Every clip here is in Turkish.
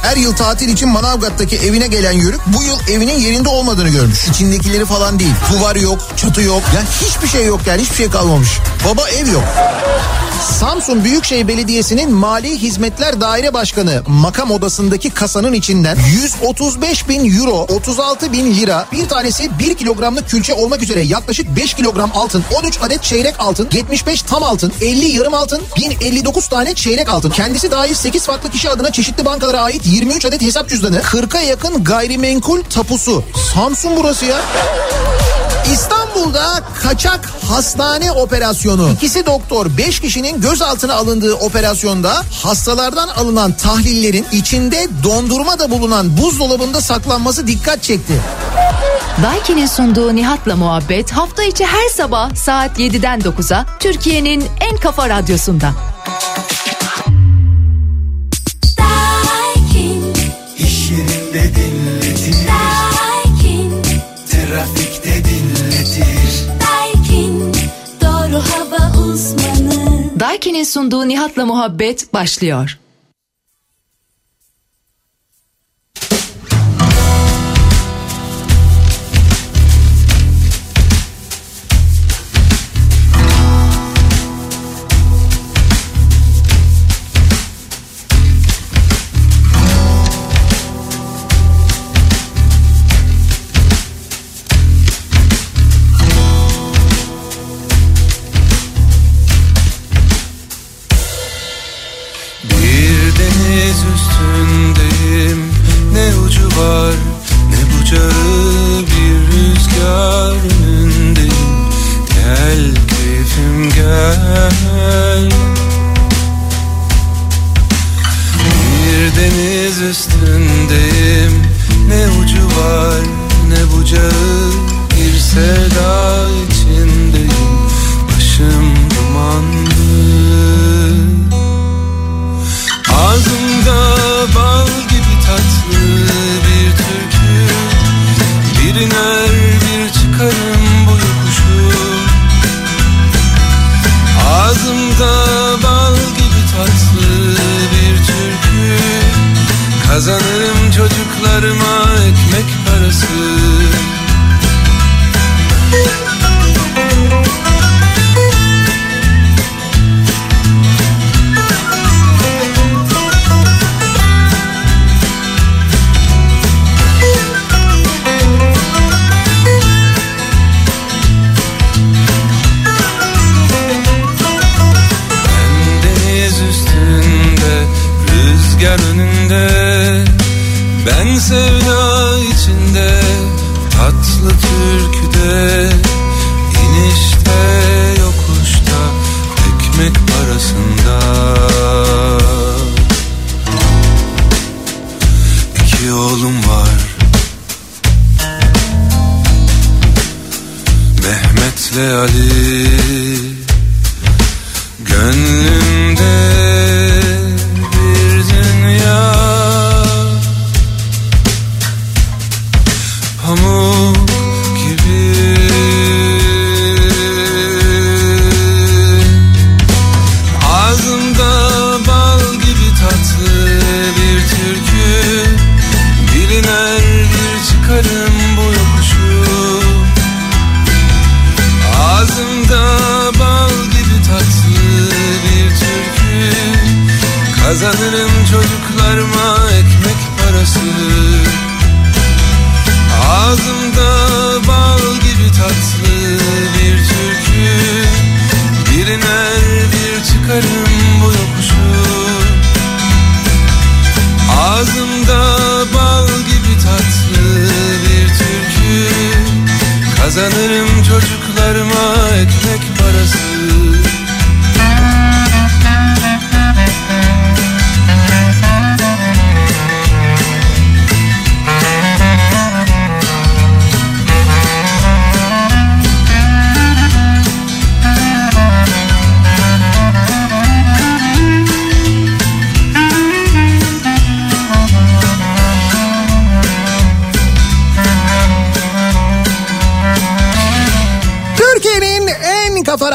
Her yıl tatil için Manavgat'taki evine gelen Yörük bu yıl evinin yerinde olmadığını görmüş. İçindekileri falan değil. Duvar yok, çatı yok. Ya hiçbir şey yok yani, hiçbir şey kalmamış. Baba ev yok. Samsun Büyükşehir Belediyesi'nin Mali Hizmetler Daire Başkanı makam odasındaki kasanın içinden 135.000 euro, 36.000 lira, bir tanesi 1 kilogramlık külçe olmak üzere yaklaşık 5 kilogram altın, 13 adet çeyrek altın, 75 tam altın, 50 yarım altın, 1059 tane çeyrek altın. Kendisi dahil 8 farklı kişi adına çeşitli bankalara ait 23 adet hesap cüzdanı, 40'a yakın gayrimenkul tapusu. Samsun burası ya. İstanbul'da kaçak hastane operasyonu. 2 doktor 5 kişinin gözaltına alındığı operasyonda hastalardan alınan tahlillerin içinde dondurma da bulunan buzdolabında saklanması dikkat çekti. Daiki'nin sunduğu Nihat'la Muhabbet hafta içi her sabah saat 7'den 9'a Türkiye'nin en kafa radyosunda. Daikin, iş yerinde dinletir. Daikin, trafikte dinletir. Daikin, doğru hava uzmanı. Daiki'nin sunduğu Nihat'la Muhabbet başlıyor.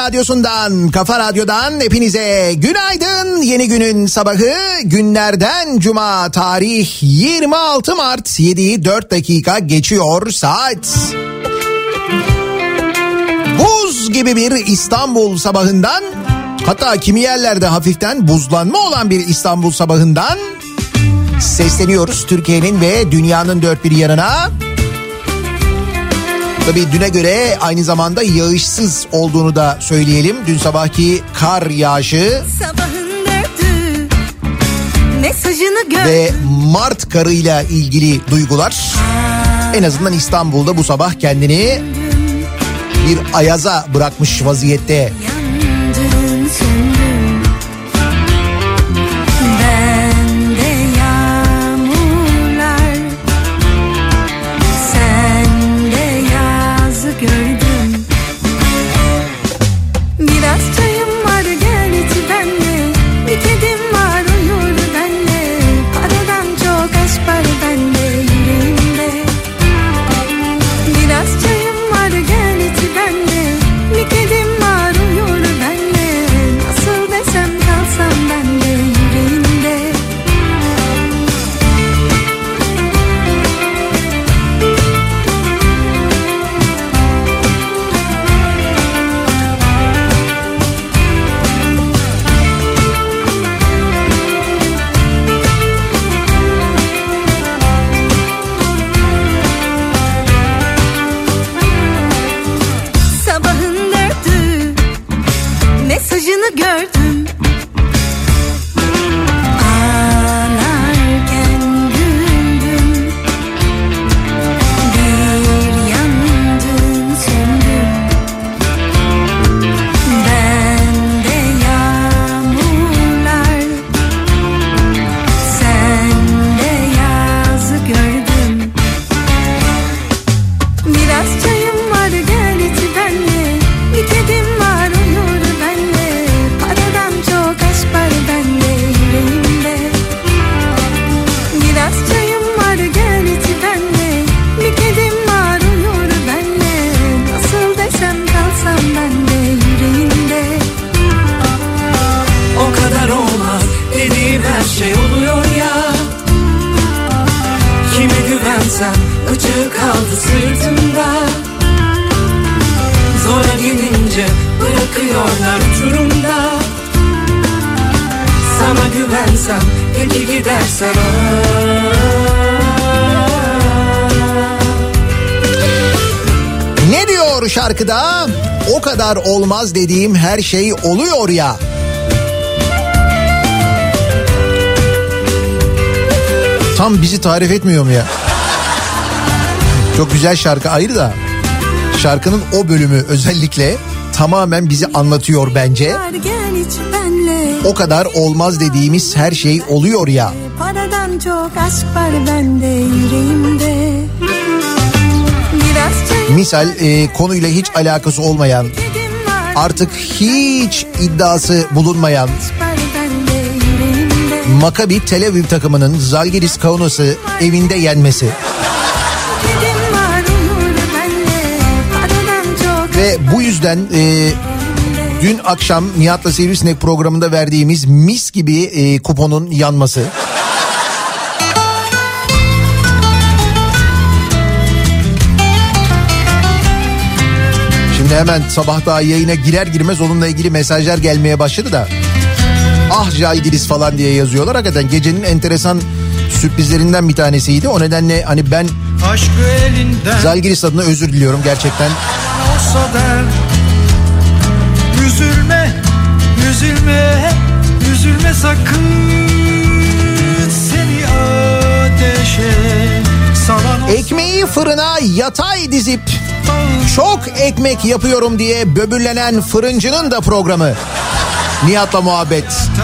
Radyosu'ndan, Kafa Radyo'dan hepinize günaydın. Yeni günün sabahı, günlerden cuma, tarih 26 Mart, 7'yi 4 dakika geçiyor saat. Buz gibi bir İstanbul sabahından, hatta kimi yerlerde hafiften buzlanma olan bir İstanbul sabahından sesleniyoruz Türkiye'nin ve dünyanın dört bir yanına. Tabii düne göre aynı zamanda yağışsız olduğunu da söyleyelim. Dün sabahki kar yağışı ve Mart karıyla ilgili duygular en azından İstanbul'da bu sabah kendini bir ayaza bırakmış vaziyette. Ne diyor şarkıda? O kadar olmaz dediğim her şey oluyor ya. Tam bizi tarif etmiyor mu ya? Çok güzel şarkı ayrı da şarkının o bölümü özellikle tamamen bizi anlatıyor bence. O kadar olmaz dediğimiz her şey oluyor ya. Paradan çok aşk var bende yüreğimde. Misal konuyla hiç alakası olmayan, artık hiç iddiası bulunmayan Maccabi Tel Aviv takımının Zalgiris Kaunas'ı evinde yenmesi. Ve bu yüzden dün akşam Nihat'la Sivrisinek programında verdiğimiz mis gibi kuponun yanması. Şimdi hemen sabah daha yayına girer girmez onunla ilgili mesajlar gelmeye başladı da. Ah Zalgiris falan diye yazıyorlar. Hakikaten gecenin enteresan sürprizlerinden bir tanesiydi. O nedenle hani ben Zalgiris adına özür diliyorum gerçekten. Üzülme, üzülme, üzülme sakın. Seni ateşe salan ekmeği fırına yatay dizip çok ekmek yapıyorum diye böbürlenen fırıncının da programı Nihat'la Muhabbet.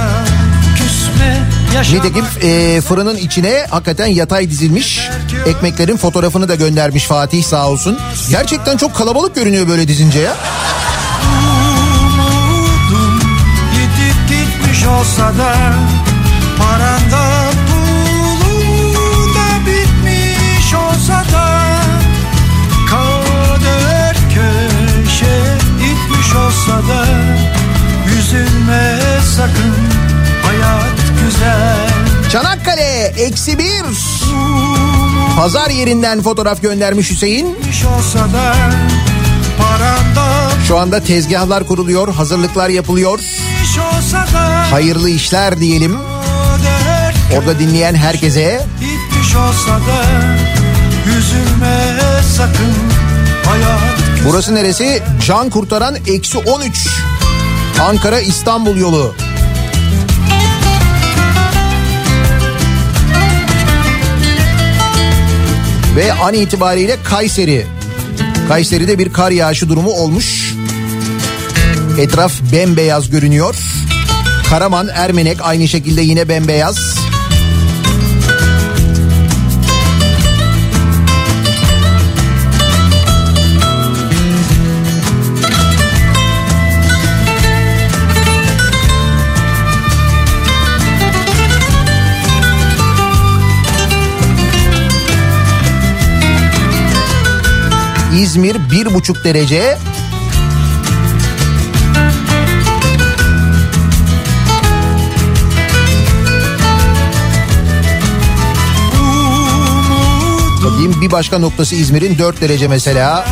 Nitekim fırının içine hakikaten yatay dizilmiş ekmeklerin fotoğrafını da göndermiş Fatih sağ olsun. Gerçekten çok kalabalık görünüyor böyle dizince ya. Olsa da paranda pulunda bitmiş olsa da kader köşe itmiş olsa da -1. Pazar yerinden fotoğraf göndermiş Hüseyin. Şu anda tezgahlar kuruluyor, hazırlıklar yapılıyor. Hayırlı işler diyelim. Orada dinleyen herkese. Burası neresi? Can kurtaran -13. Ankara İstanbul yolu. Ve an itibariyle Kayseri. Kayseri'de bir kar yağışı durumu olmuş. Etraf bembeyaz görünüyor. Karaman, Ermenek aynı şekilde yine bembeyaz. İzmir 1,5 derece. Bakayım bir başka noktası İzmir'in 4 derece mesela.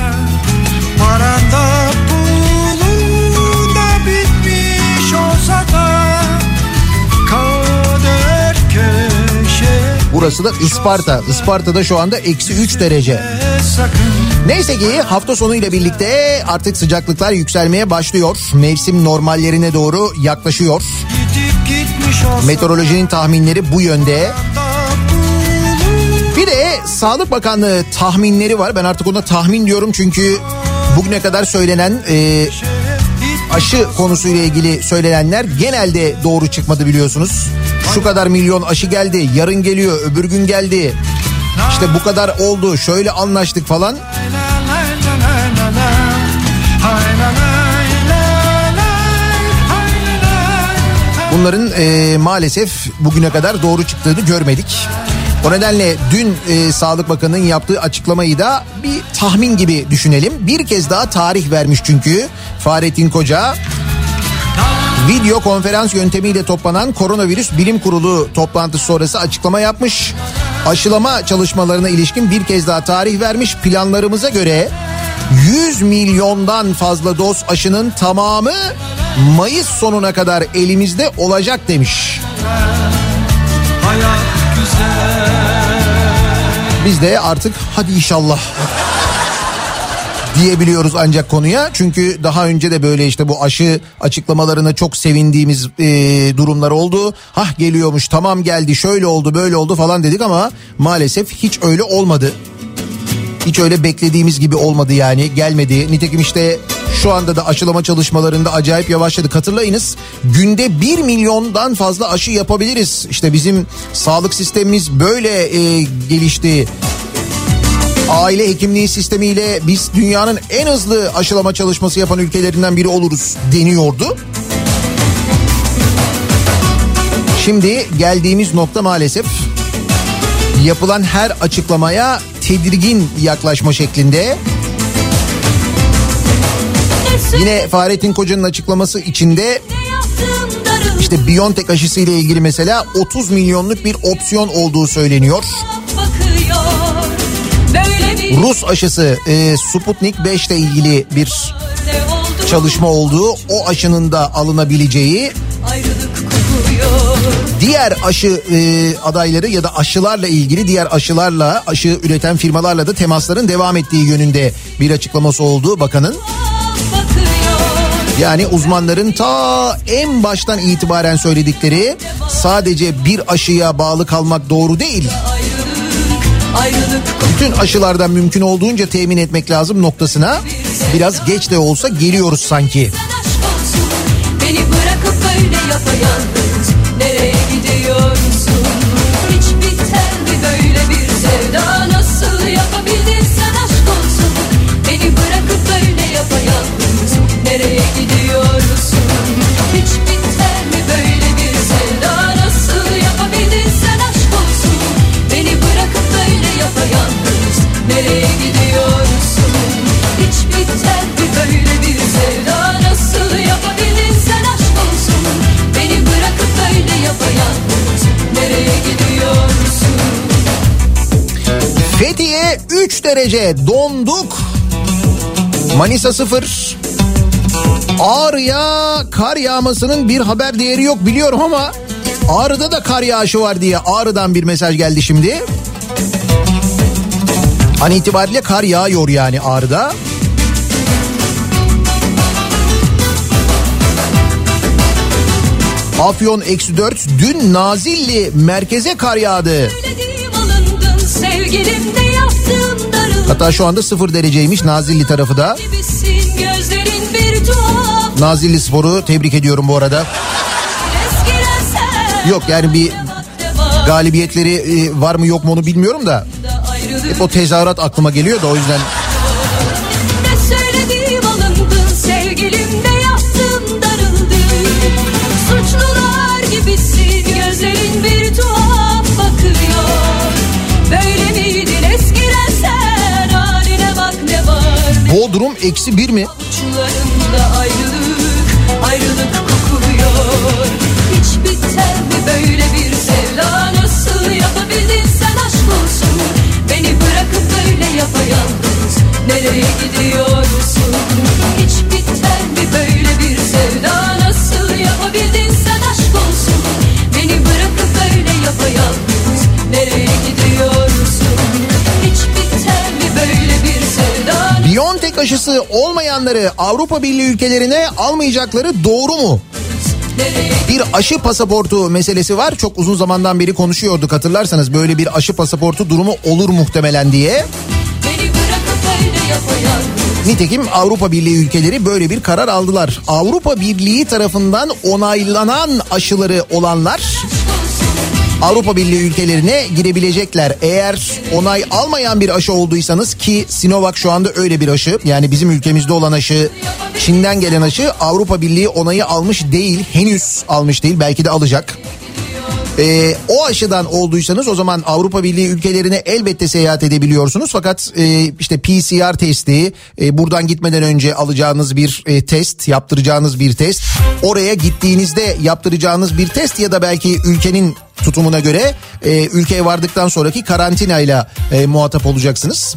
Burası da Isparta. Isparta'da şu anda -3 derece. Neyse ki hafta sonu ile birlikte artık sıcaklıklar yükselmeye başlıyor. Mevsim normallerine doğru yaklaşıyor. Meteorolojinin tahminleri bu yönde. Bir de Sağlık Bakanlığı tahminleri var. Ben artık ona tahmin diyorum çünkü bugüne kadar söylenen aşı konusuyla ilgili söylenenler genelde doğru çıkmadı biliyorsunuz. Şu kadar milyon aşı geldi, yarın geliyor, öbür gün geldi. İşte bu kadar oldu, şöyle anlaştık falan. Bunların maalesef bugüne kadar doğru çıktığını görmedik. O nedenle dün Sağlık Bakanı'nın yaptığı açıklamayı da bir tahmin gibi düşünelim. Bir kez daha tarih vermiş çünkü Fahrettin Koca. Video konferans yöntemiyle toplanan Koronavirüs Bilim Kurulu toplantısı sonrası açıklama yapmış. Aşılama çalışmalarına ilişkin bir kez daha tarih vermiş. Planlarımıza göre 100 milyondan fazla doz aşının tamamı Mayıs sonuna kadar elimizde olacak demiş. Biz de artık hadi inşallah diyebiliyoruz ancak konuya. Çünkü daha önce de böyle işte bu aşı açıklamalarına çok sevindiğimiz durumlar oldu. Hah geliyormuş, tamam geldi, şöyle oldu, böyle oldu falan dedik ama maalesef hiç öyle olmadı. Hiç öyle beklediğimiz gibi olmadı yani, gelmedi. Nitekim işte şu anda da aşılama çalışmalarında acayip yavaşladık. Hatırlayınız, günde 1 milyondan fazla aşı yapabiliriz. İşte bizim sağlık sistemimiz böyle gelişti. Aile hekimliği sistemiyle biz dünyanın en hızlı aşılama çalışması yapan ülkelerinden biri oluruz deniyordu. Şimdi geldiğimiz nokta maalesef yapılan her açıklamaya tedirgin yaklaşma şeklinde. Yine Fahrettin Koca'nın açıklaması içinde işte BioNTech aşısı ile ilgili mesela 30 milyonluk bir opsiyon olduğu söyleniyor. Rus aşısı Sputnik 5 ile ilgili bir çalışma olduğu, o aşının da alınabileceği, diğer aşı adayları ya da aşılarla ilgili diğer aşılarla, aşı üreten firmalarla da temasların devam ettiği yönünde bir açıklaması oldu bakanın. Yani uzmanların ta en baştan itibaren söyledikleri, sadece bir aşıya bağlı kalmak doğru değil. Bütün aşılardan mümkün olduğunca temin etmek lazım noktasına biraz geç de olsa geliyoruz sanki. Beni bırakıp böyle yapayalnız nereye gidiyorsun? Hiç biter mi böyle bir sevda, nasıl yapabildin sen, aşk olsun? Beni bırakıp böyle yapayalnız nereye gidiyorsun? Hiç biter mi böyle bir sevda, nasıl yapabildin sen, aşk olsun? Beni bırakıp böyle yapayalnız nereye gidiyorsun? Hiç biter mi böyle bir sevda, nasıl yapabildin sen, aşk olsun? Beni bırakıp İzmir'de 3 derece donduk. Manisa 0. Ağrı'ya kar yağmasının bir haber değeri yok biliyorum ama Ağrı'da da kar yağışı var diye Ağrı'dan bir mesaj geldi şimdi. An itibariyle kar yağıyor yani Ağrı'da. Afyon -4. Dün Nazilli merkeze kar yağdı. Hatta şu anda 0 dereceymiş Nazilli tarafı da. Nazilli Spor'u tebrik ediyorum bu arada. Yok yani bir galibiyetleri var mı yok mu onu bilmiyorum da. Hep o tezahürat aklıma geliyor da o yüzden. Bodrum -1 mi? Ayrılık kokuyor. Hiç biter mi böyle bir sevda? Nasıl yapabildin sen aşk olsun? Beni bırakıp böyle yapayalnız nereye gidiyorsun? Hiç biter mi böyle bir sevda? Nasıl yapabildin sen aşk olsun? Beni bırakıp böyle yapayalnız nereye gidiyorsun? Hiç biter mi böyle bir sevda? BioNTech aşısı olmayanları Avrupa Birliği ülkelerine almayacakları doğru mu? Bir aşı pasaportu meselesi var. Çok uzun zamandan beri konuşuyorduk hatırlarsanız. Böyle bir aşı pasaportu durumu olur muhtemelen diye. Nitekim Avrupa Birliği ülkeleri böyle bir karar aldılar. Avrupa Birliği tarafından onaylanan aşıları olanlar Avrupa Birliği ülkelerine girebilecekler. Eğer onay almayan bir aşı olduysanız ki Sinovac şu anda öyle bir aşı. Yani bizim ülkemizde olan aşı, Çin'den gelen aşı Avrupa Birliği onayı almış değil. Henüz almış değil, belki de alacak. O aşıdan olduysanız o zaman Avrupa Birliği ülkelerine elbette seyahat edebiliyorsunuz. Fakat işte PCR testi, buradan gitmeden önce alacağınız bir test, yaptıracağınız bir test. Oraya gittiğinizde yaptıracağınız bir test ya da belki ülkenin tutumuna göre ülkeye vardıktan sonraki karantinayla muhatap olacaksınız.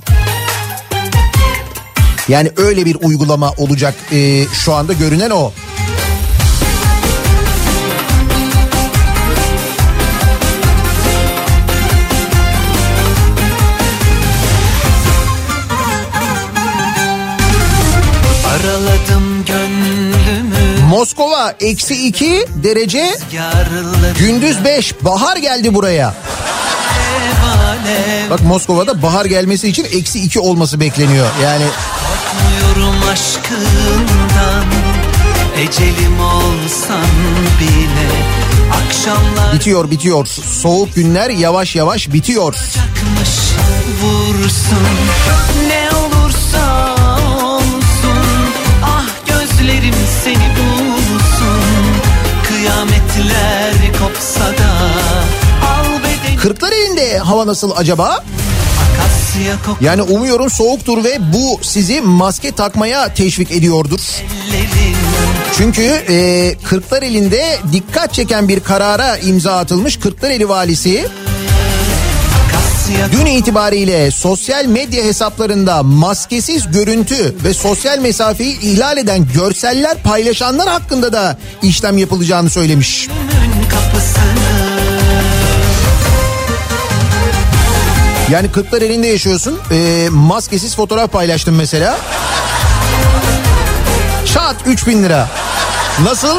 Yani öyle bir uygulama olacak şu anda görünen o. Araladım gönlümü. Moskova -2 derece, gündüz 5, bahar geldi buraya. Bak Moskova'da bahar gelmesi için -2 olması bekleniyor. Yani korkmuyorum aşkından, ecelim olsan bile akşamlar bitiyor. Soğuk günler yavaş yavaş bitiyor. Vursun ne olursa olsun, ah gözlerim seni bulsun, kıyametler kopsa da al bedeni. Kırklareli'nde hava nasıl acaba? Yani umuyorum soğuktur ve bu sizi maske takmaya teşvik ediyordur. Çünkü Kırklareli'nde dikkat çeken bir karara imza atılmış. Kırklareli valisi dün itibariyle sosyal medya hesaplarında maskesiz görüntü ve sosyal mesafeyi ihlal eden görseller paylaşanlar hakkında da işlem yapılacağını söylemiş. Yani Kırklareli'nde yaşıyorsun, maskesiz fotoğraf paylaştın mesela. Çat 3.000 lira. Nasıl?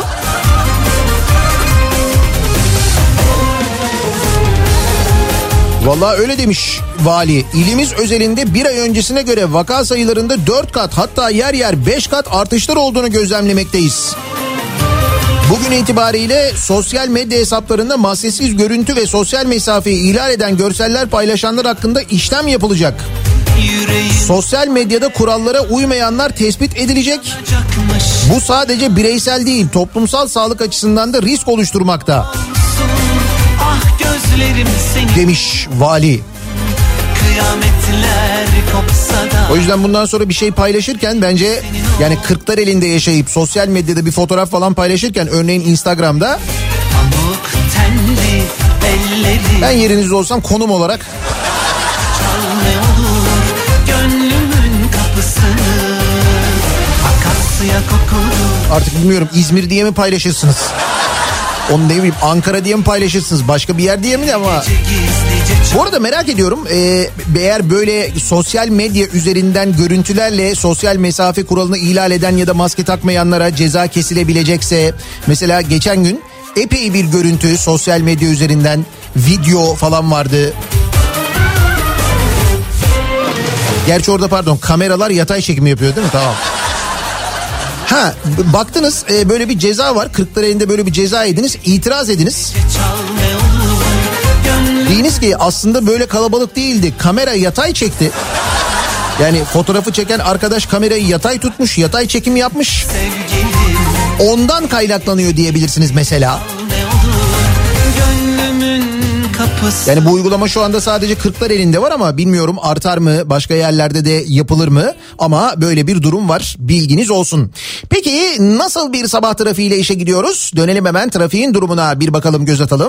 Vallahi öyle demiş vali. İlimiz özelinde bir ay öncesine göre vaka sayılarında 4 kat hatta yer yer 5 kat artışlar olduğunu gözlemlemekteyiz. Bugün itibariyle sosyal medya hesaplarında maskesiz görüntü ve sosyal mesafeyi ihlal eden görseller paylaşanlar hakkında işlem yapılacak. Sosyal medyada kurallara uymayanlar tespit edilecek. Bu sadece bireysel değil, toplumsal sağlık açısından da risk oluşturmakta. Demiş vali. O yüzden bundan sonra bir şey paylaşırken bence yani Kırklareli'nde yaşayıp sosyal medyada bir fotoğraf falan paylaşırken örneğin Instagram'da ben yerinizde olsam konum olarak Asya kokulu. Artık bilmiyorum, İzmir diye mi paylaşırsınız? Onu ne bileyim, Ankara diye mi paylaşırsınız? Başka bir yer diye mi ama... Bu arada merak ediyorum, eğer böyle sosyal medya üzerinden görüntülerle sosyal mesafe kuralını ihlal eden ya da maske takmayanlara ceza kesilebilecekse, mesela geçen gün epey bir görüntü sosyal medya üzerinden, video falan vardı. Gerçi orada pardon, kameralar yatay çekim yapıyor değil mi? Tamam. Ha, baktınız böyle bir ceza var, Kırklareli'nde böyle bir ceza yediniz, itiraz ediniz. Deyiniz ki aslında böyle kalabalık değildi, kamera yatay çekti. Yani fotoğrafı çeken arkadaş kamerayı yatay tutmuş, yatay çekim yapmış. Ondan kaynaklanıyor diyebilirsiniz mesela. Yani bu uygulama şu anda sadece Kırklareli'nde var ama bilmiyorum artar mı, başka yerlerde de yapılır mı, ama böyle bir durum var, bilginiz olsun. Peki nasıl bir sabah trafiğiyle işe gidiyoruz? Dönelim hemen trafiğin durumuna bir bakalım, göz atalım.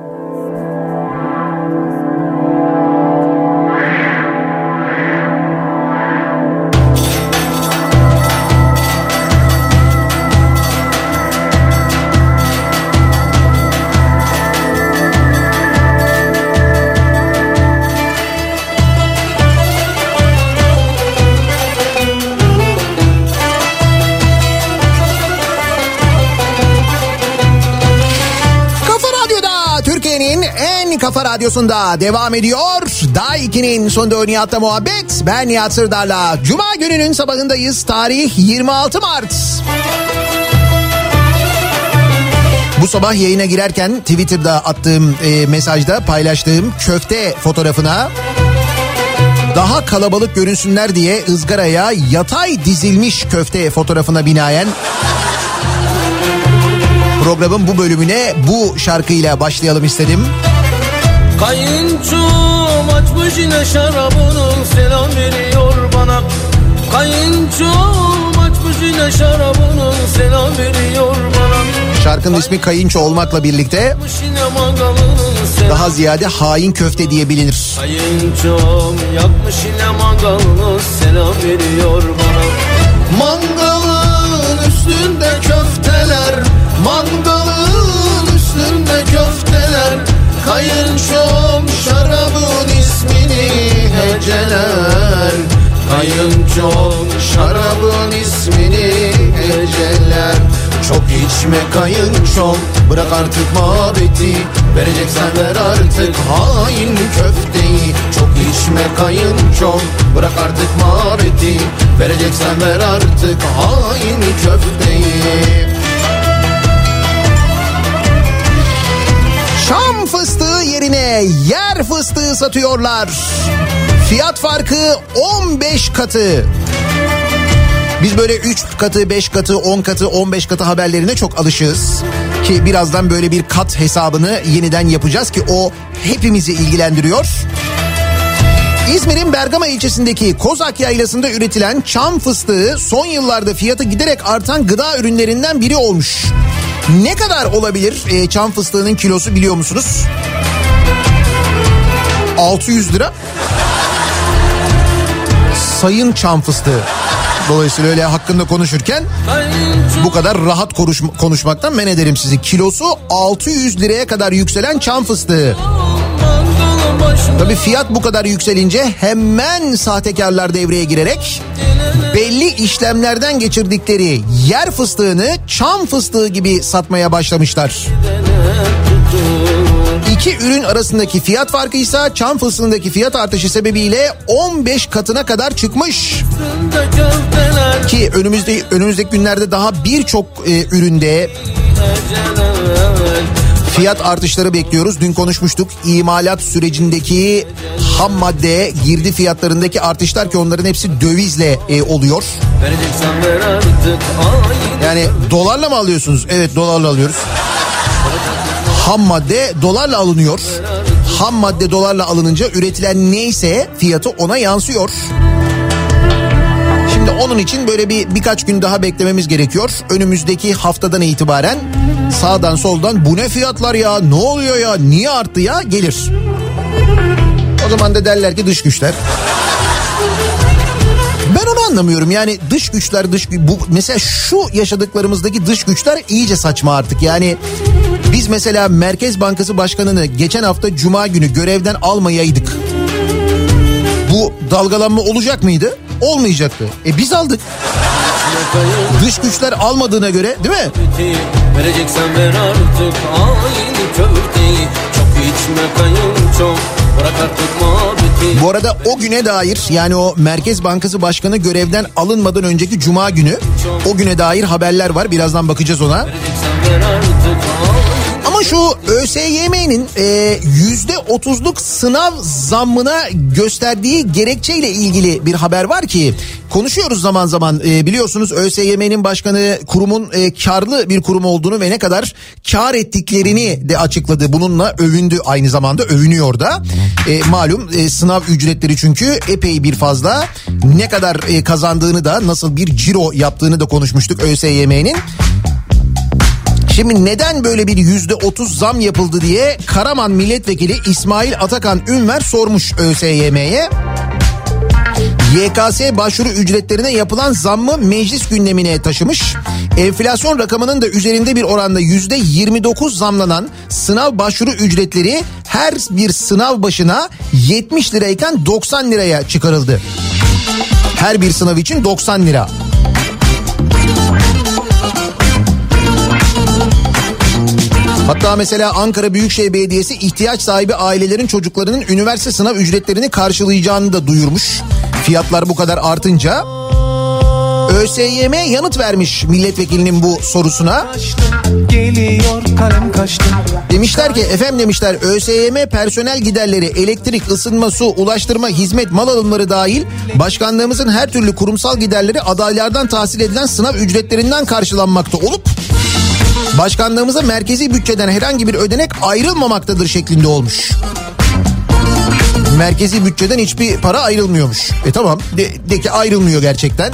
Kafa Radyosu'nda devam ediyor. Day 2'nin sonunda Nihat'la muhabbet. Ben Nihat Sırdar'la. Cuma gününün sabahındayız. Tarih 26 Mart. Bu sabah yayına girerken Twitter'da attığım mesajda paylaştığım köfte fotoğrafına daha kalabalık görünsünler diye ızgaraya yatay dizilmiş köfte fotoğrafına binaen programın bu bölümüne bu şarkıyla başlayalım istedim. Kayınçom açmış yine şarabını, selam veriyor bana. Kayınçom açmış yine şarabını, selam veriyor bana. Şarkının ismi Kayınço olmakla birlikte daha ziyade hain köfte diye bilinir. Kayınçom yakmış yine mangalını, selam veriyor bana. Mangalın üstünde köfteler, mangalın üstünde köfteler. Kayınçom şarabın ismini heceler. Kayınçom şarabın ismini heceler. Çok içme kayınçom, bırak artık muhabbeti. Vereceksen ver artık hain köfteyi. Çok içme kayınçom, bırak artık muhabbeti. Vereceksen ver artık hain köfteyi. Şam fıstığı yerine yer fıstığı satıyorlar. Fiyat farkı 15 katı. Biz böyle 3 katı, 5 katı, 10 katı, 15 katı haberlerine çok alışığız. Ki birazdan böyle bir kat hesabını yeniden yapacağız ki o hepimizi ilgilendiriyor. İzmir'in Bergama ilçesindeki Kozak Yaylası'nda üretilen çam fıstığı son yıllarda fiyatı giderek artan gıda ürünlerinden biri olmuş. Ne kadar olabilir çam fıstığının kilosu biliyor musunuz? 600 lira. Sayın çam fıstığı. Dolayısıyla öyle hakkında konuşurken bu kadar rahat konuşmaktan men ederim sizi. Kilosu 600 liraya kadar yükselen çam fıstığı. Tabii fiyat bu kadar yükselince hemen sahtekarlar devreye girerek belli işlemlerden geçirdikleri yer fıstığını çam fıstığı gibi satmaya başlamışlar. İki ürün arasındaki fiyat farkı ise çam fıstığındaki fiyat artışı sebebiyle 15 katına kadar çıkmış. Ki önümüzdeki günlerde daha birçok üründe fiyat artışları bekliyoruz. Dün konuşmuştuk. İmalat sürecindeki ham madde, girdi fiyatlarındaki artışlar ki onların hepsi dövizle oluyor. Yani dolarla mı alıyorsunuz? Evet, dolarla alıyoruz. Ham madde dolarla alınıyor. Ham madde dolarla alınınca üretilen neyse fiyatı ona yansıyor. Şimdi onun için böyle birkaç gün daha beklememiz gerekiyor. Önümüzdeki haftadan itibaren sağdan soldan bu ne fiyatlar ya, ne oluyor ya, niye arttı ya gelir. O zaman da derler ki dış güçler. Ben onu anlamıyorum yani dış güçler bu mesela şu yaşadıklarımızdaki dış güçler iyice saçma artık yani. Biz mesela Merkez Bankası Başkanı'nı geçen hafta Cuma günü görevden almayaydık. Bu dalgalanma olacak mıydı? Olmayacaktı. Biz aldık. Dış güçler almadığına göre değil mi? Vereceksen ver artık aynı köfteyi. Çok içme kayınço, bırak artık muhabbeti. Bu arada o güne dair yani o Merkez Bankası Başkanı görevden alınmadan önceki Cuma günü o güne dair haberler var. Birazdan bakacağız ona. Ama şu ÖSYM'nin %30'luk sınav zammına gösterdiği gerekçeyle ilgili bir haber var ki konuşuyoruz zaman zaman. Biliyorsunuz ÖSYM'nin başkanı kurumun karlı bir kurum olduğunu ve ne kadar kar ettiklerini de açıkladı. Bununla övündü, aynı zamanda övünüyor da. Malum sınav ücretleri çünkü epey bir fazla. Ne kadar kazandığını da, nasıl bir ciro yaptığını da konuşmuştuk ÖSYM'nin. Şimdi neden böyle bir %30 zam yapıldı diye Karaman Milletvekili İsmail Atakan Ünver sormuş ÖSYM'ye. YKS başvuru ücretlerine yapılan zammı meclis gündemine taşımış. Enflasyon rakamının da üzerinde bir oranda %29 zamlanan sınav başvuru ücretleri her bir sınav başına 70 lirayken 90 liraya çıkarıldı. Her bir sınav için 90 lira. Hatta mesela Ankara Büyükşehir Belediyesi ihtiyaç sahibi ailelerin çocuklarının üniversite sınav ücretlerini karşılayacağını da duyurmuş. Fiyatlar bu kadar artınca. ÖSYM yanıt vermiş milletvekilinin bu sorusuna. Geliyor kalem kaçtı. Demişler ki efendim demişler ÖSYM personel giderleri, elektrik, ısınma, su, ulaştırma, hizmet, mal alımları dahil başkanlığımızın her türlü kurumsal giderleri adaylardan tahsil edilen sınav ücretlerinden karşılanmakta olup başkanlığımıza merkezi bütçeden herhangi bir ödenek ayrılmamaktadır şeklinde olmuş. Merkezi bütçeden hiçbir para ayrılmıyormuş. Tamam de ki ayrılmıyor gerçekten.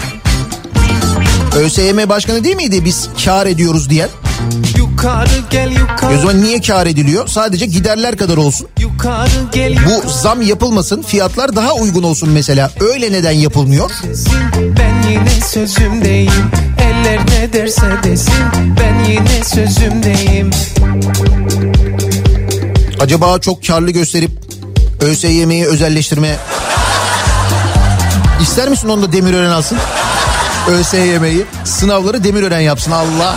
ÖSYM başkanı değil miydi biz kar ediyoruz diyen? Yukarı gel yukarı. O zaman niye kar ediliyor? Sadece giderler kadar olsun. Yukarı gel yukarı. Bu zam yapılmasın, fiyatlar daha uygun olsun mesela. Öyle neden yapılmıyor? Ben yine sözümdeyim. Eller ne derse desin. Ben yine sözümdeyim. Acaba çok karlı gösterip ÖSYM'yi özelleştirme ister misin, onu da Demirören alsın? ÖSYM'yi, sınavları Demirören yapsın. Allah.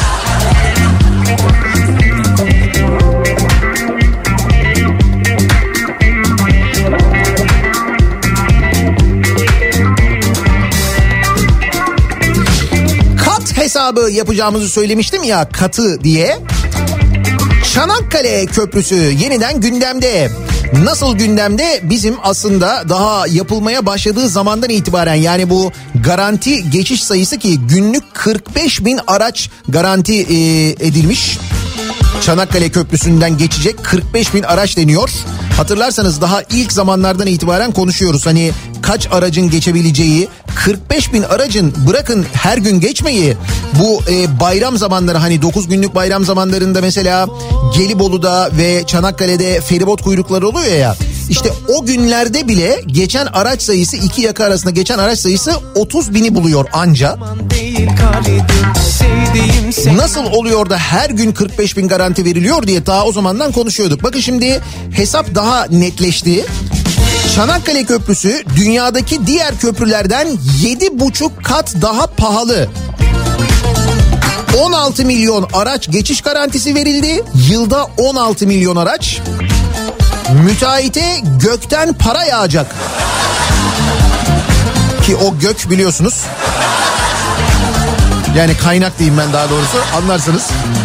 Kat hesabı yapacağımızı söylemiştim ya, katı diye. Çanakkale Köprüsü yeniden gündemde. Nasıl gündemde? Bizim aslında daha yapılmaya başladığı zamandan itibaren, yani bu garanti geçiş sayısı ki günlük 45 bin araç garanti edilmiş. Çanakkale Köprüsü'nden geçecek 45 bin araç deniyor. Hatırlarsanız daha ilk zamanlardan itibaren konuşuyoruz. Hani kaç aracın geçebileceği, 45 bin aracın bırakın her gün geçmeyi, bu bayram zamanları, hani 9 günlük bayram zamanlarında mesela Gelibolu'da ve Çanakkale'de feribot kuyrukları oluyor ya. İşte o günlerde bile geçen araç sayısı, iki yaka arasında geçen araç sayısı 30 bini buluyor anca. Nasıl oluyor da her gün 45 bin garanti veriliyor diye daha o zamandan konuşuyorduk. Bakın şimdi hesap daha netleşti. Çanakkale Köprüsü dünyadaki diğer köprülerden 7,5 kat daha pahalı. 16 milyon araç geçiş garantisi verildi. Yılda 16 milyon araç. Müteahhite gökten para yağacak. Ki o gök biliyorsunuz. Yani kaynak diyeyim ben daha doğrusu, anlarsınız.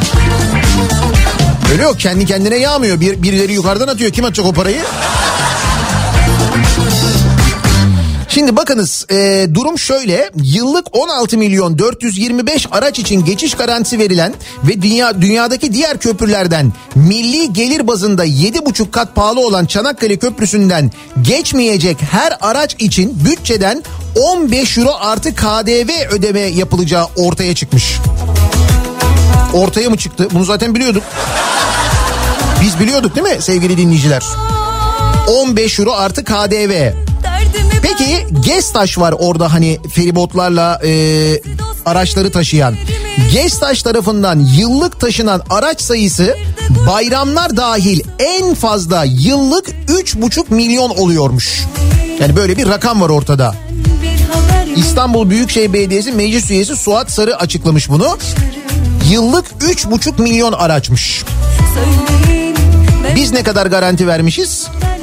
Öyle yok, kendi kendine yağmıyor. Birileri yukarıdan atıyor. Kim atacak o parayı? Şimdi bakınız durum şöyle. Yıllık 16 milyon 425 araç için geçiş garantisi verilen ve dünyadaki diğer köprülerden milli gelir bazında 7,5 kat pahalı olan Çanakkale Köprüsü'nden geçmeyecek her araç için bütçeden 15 euro artı KDV ödeme yapılacağı ortaya çıkmış. Ortaya mı çıktı? Bunu zaten biliyorduk. Biz biliyorduk değil mi sevgili dinleyiciler? 15 euro artı KDV. Derdimi Peki GESTAŞ var orada, hani feribotlarla araçları taşıyan. GESTAŞ tarafından yıllık taşınan araç sayısı bayramlar dahil en fazla yıllık 3,5 milyon oluyormuş. Yani böyle bir rakam var ortada. İstanbul Büyükşehir Belediyesi Meclis Üyesi Suat Sarı açıklamış bunu. Yıllık 3,5 milyon araçmış. Biz ne kadar garanti vermişiz?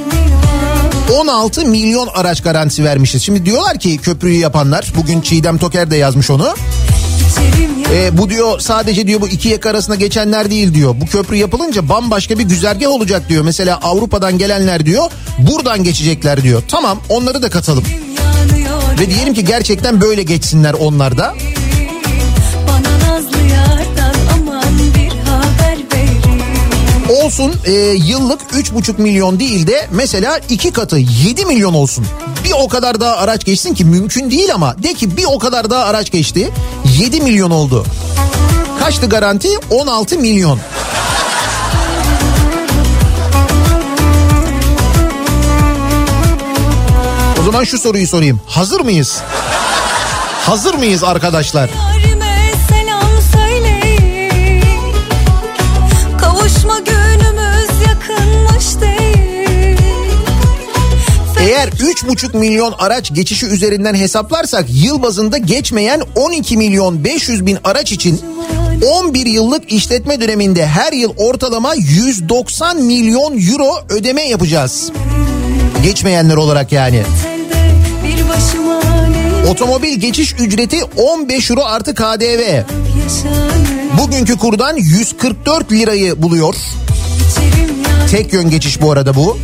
16 milyon araç garantisi vermişiz. Şimdi diyorlar ki köprüyü yapanlar, bugün Çiğdem Toker de yazmış onu. Bu diyor sadece diyor bu iki yaka arasında geçenler değil diyor. Bu köprü yapılınca bambaşka bir güzergah olacak diyor. Mesela Avrupa'dan gelenler diyor buradan geçecekler diyor. Tamam, onları da katalım. Ve diyelim ki gerçekten böyle geçsinler onlar da. Olsun yıllık 3,5 milyon değil de mesela 2 katı 7 milyon olsun. Bir o kadar daha araç geçsin ki, mümkün değil ama de ki bir o kadar daha araç geçti, 7 milyon oldu. Kaçtı garanti? 16 milyon. O zaman şu soruyu sorayım. Hazır mıyız? Hazır mıyız arkadaşlar? Eğer 3,5 milyon araç geçişi üzerinden hesaplarsak yıl bazında geçmeyen 12 milyon 500 bin araç için 11 yıllık işletme döneminde her yıl ortalama 190 milyon euro ödeme yapacağız. Geçmeyenler olarak yani. Otomobil geçiş ücreti 15 euro artı KDV. Bugünkü kurdan 144 lirayı buluyor. Tek yön geçiş bu arada bu.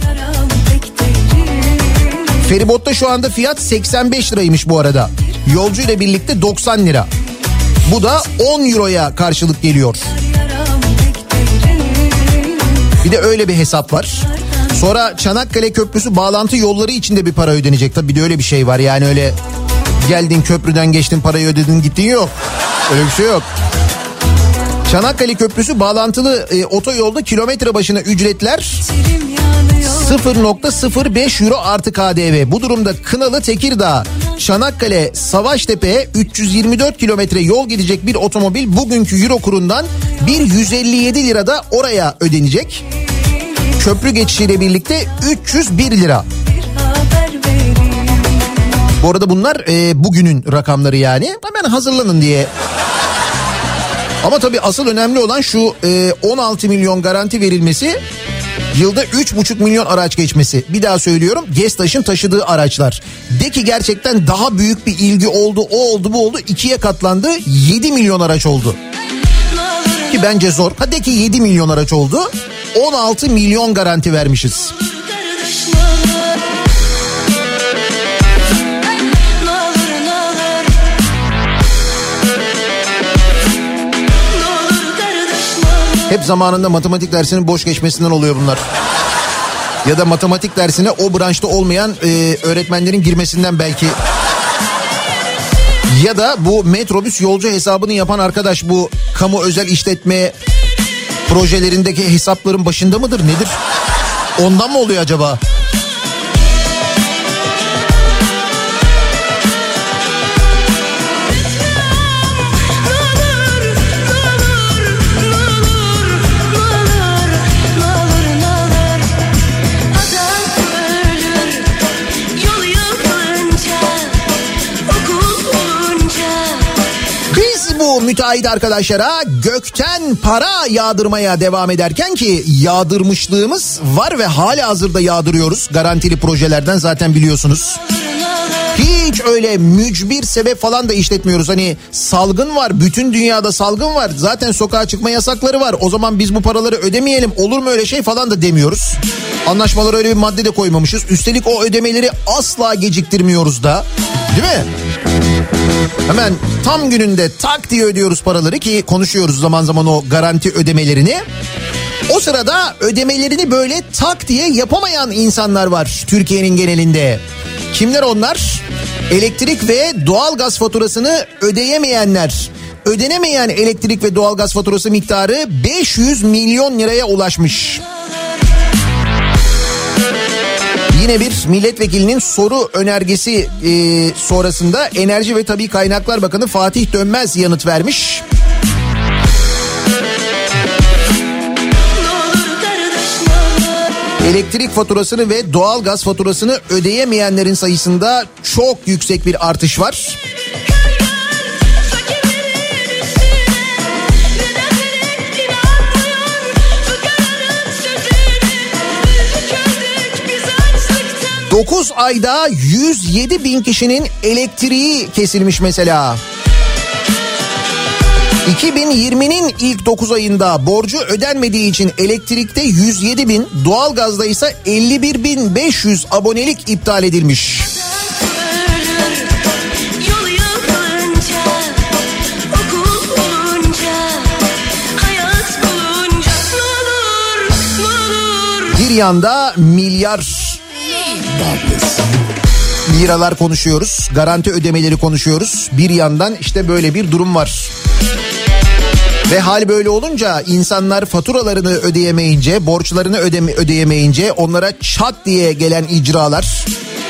Feribotta şu anda fiyat 85 liraymış bu arada. Yolcu ile birlikte 90 lira. Bu da 10 euroya karşılık geliyor. Bir de öyle bir hesap var. Sonra Çanakkale Köprüsü bağlantı yolları için de bir para ödenecek. Tabii bir de öyle bir şey var. Yani öyle geldin köprüden geçtin parayı ödedin gittin yok. Öyle bir şey yok. Çanakkale Köprüsü bağlantılı otoyolda kilometre başına ücretler 0,05 euro artı KDV. Bu durumda Kınalı, Tekirdağ, Çanakkale, Savaştepe'ye 324 kilometre yol gidecek bir otomobil bugünkü euro kurundan 157 lira da oraya ödenecek. Köprü geçişiyle birlikte 301 lira. Bu arada bunlar bugünün rakamları yani. Hemen hazırlanın diye. Ama tabii asıl önemli olan şu 16 milyon garanti verilmesi, yılda 3,5 milyon araç geçmesi. Bir daha söylüyorum, GESTAŞ'ın taşıdığı araçlar. De ki gerçekten daha büyük bir ilgi oldu, o oldu, bu oldu, 2'ye katlandı, 7 milyon araç oldu. Ki bence zor. Hadi de ki 7 milyon araç oldu, 16 milyon garanti vermişiz. Hep zamanında matematik dersinin boş geçmesinden oluyor bunlar. Ya da matematik dersine o branşta olmayan öğretmenlerin girmesinden belki. Ya da bu metrobüs yolcu hesabını yapan arkadaş bu kamu özel işletme projelerindeki hesapların başında mıdır nedir? Ondan mı oluyor acaba? Müteahhit arkadaşlara gökten para yağdırmaya devam ederken, ki yağdırmışlığımız var ve hala hazırda yağdırıyoruz garantili projelerden, zaten biliyorsunuz. Hiç öyle mücbir sebep falan da işletmiyoruz. Hani salgın var, bütün dünyada salgın var, zaten sokağa çıkma yasakları var, o zaman biz bu paraları ödemeyelim, olur mu öyle şey falan da demiyoruz. Anlaşmalara öyle bir madde de koymamışız. Üstelik o ödemeleri asla geciktirmiyoruz da, değil mi? Hemen tam gününde tak diye ödüyoruz paraları, ki konuşuyoruz zaman zaman o garanti ödemelerini. O sırada ödemelerini böyle tak diye yapamayan insanlar var Türkiye'nin genelinde. Kimler onlar? Elektrik ve doğalgaz faturasını ödeyemeyenler. Ödenemeyen elektrik ve doğalgaz faturası miktarı 500 milyon liraya ulaşmış. Yine bir milletvekilinin soru önergesi sonrasında Enerji ve Tabii Kaynaklar Bakanı Fatih Dönmez yanıt vermiş. Elektrik faturasını ve doğalgaz faturasını ödeyemeyenlerin sayısında çok yüksek bir artış var. ...9 ayda 107 bin kişinin elektriği kesilmiş mesela. 2020'nin ilk 9 ayında borcu ödenmediği için elektrikte 107 bin, doğalgazda ise 51.500 abonelik iptal edilmiş. Bir yanda milyar liralar konuşuyoruz, garanti ödemeleri konuşuyoruz. Bir yandan işte böyle bir durum var. Ve hal böyle olunca insanlar faturalarını ödeyemeyince, borçlarını ödeyemeyince onlara çat diye gelen icralar.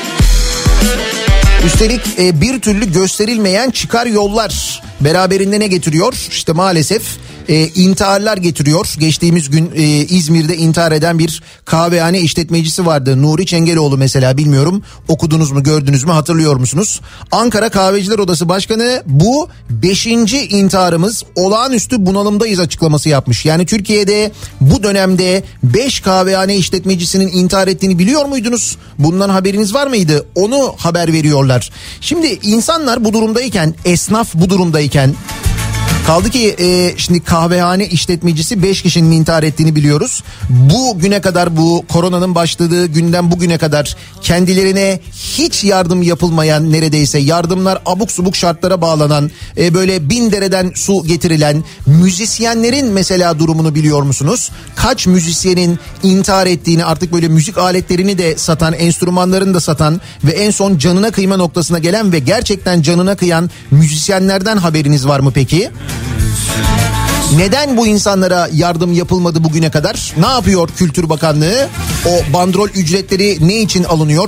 Üstelik bir türlü gösterilmeyen çıkar yollar beraberinde ne getiriyor? İşte maalesef intiharlar getiriyor. Geçtiğimiz gün İzmir'de intihar eden bir kahvehane işletmecisi vardı. Nuri Çengeloğlu mesela, bilmiyorum okudunuz mu, gördünüz mü, hatırlıyor musunuz? Ankara Kahveciler Odası Başkanı bu 5. intiharımız, olağanüstü bunalımdayız açıklaması yapmış. Yani Türkiye'de bu dönemde 5 kahvehane işletmecisinin intihar ettiğini biliyor muydunuz? Bundan haberiniz var mıydı? Onu haber veriyorlar. Şimdi insanlar bu durumdayken, esnaf bu durumdayken, kaldı ki şimdi kahvehane işletmecisi 5 kişinin intihar ettiğini biliyoruz. Bugüne kadar, bu koronanın başladığı günden bugüne kadar kendilerine hiç yardım yapılmayan, neredeyse yardımlar abuk subuk şartlara bağlanan, böyle 1000 dereden su getirilen müzisyenlerin mesela durumunu biliyor musunuz? Kaç müzisyenin intihar ettiğini, artık böyle müzik aletlerini de satan, enstrümanlarını da satan ve en son canına kıyma noktasına gelen ve gerçekten canına kıyan müzisyenlerden haberiniz var mı peki? Neden bu insanlara yardım yapılmadı bugüne kadar? Ne yapıyor Kültür Bakanlığı? O bandrol ücretleri ne için alınıyor?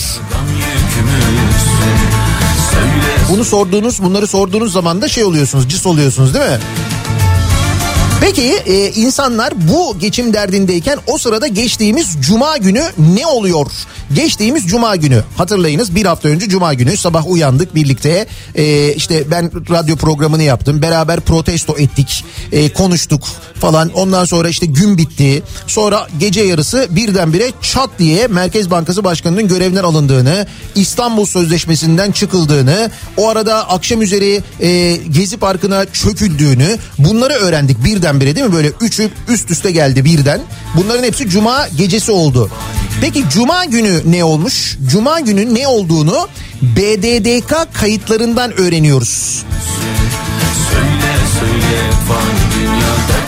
Bunları sorduğunuz zaman da şey oluyorsunuz, cıs oluyorsunuz değil mi? Peki insanlar bu geçim derdindeyken o sırada geçtiğimiz Cuma günü ne oluyor? Geçtiğimiz Cuma günü, hatırlayınız, bir hafta önce Cuma günü sabah uyandık birlikte, işte ben radyo programını yaptım, beraber protesto ettik, konuştuk falan. Ondan sonra işte gün bitti, sonra gece yarısı birdenbire çat diye Merkez Bankası Başkanı'nın görevden alındığını, İstanbul Sözleşmesi'nden çıkıldığını, o arada akşam üzeri Gezi Parkı'na çöküldüğünü, bunları öğrendik birdenbire, değil mi? Böyle üçü üst üste geldi birden. Bunların hepsi Cuma gecesi oldu. Peki Cuma günü ne olmuş? Cuma günü ne olduğunu BDDK kayıtlarından öğreniyoruz. Söyle söyle fani dünyada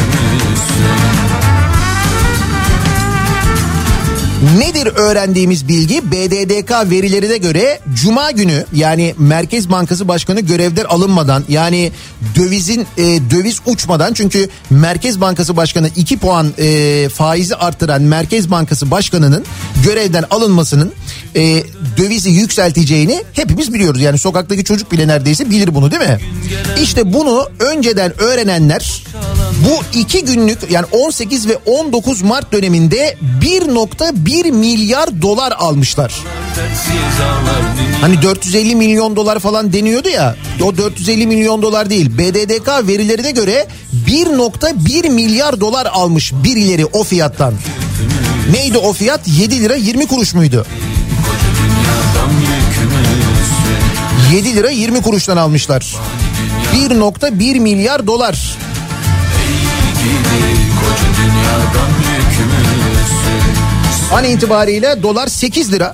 nedir öğrendiğimiz bilgi? BDDK verilerine göre Cuma günü, yani Merkez Bankası Başkanı görevden alınmadan, yani döviz uçmadan, çünkü Merkez Bankası Başkanı 2 puan faizi arttıran Merkez Bankası Başkanı'nın görevden alınmasının dövizi yükselteceğini hepimiz biliyoruz. Yani sokaktaki çocuk bile neredeyse bilir bunu, değil mi? İşte bunu önceden öğrenenler bu 2 günlük, yani 18 ve 19 Mart döneminde 1.1 milyar dolar almışlar. Hani 450 milyon dolar falan deniyordu ya, o 450 milyon dolar değil. BDDK verilerine göre 1.1 milyar dolar almış birileri o fiyattan. Neydi o fiyat? 7 lira 20 kuruş muydu? 7 lira 20 kuruştan almışlar. 1.1 milyar dolar. An itibariyle dolar 8 lira.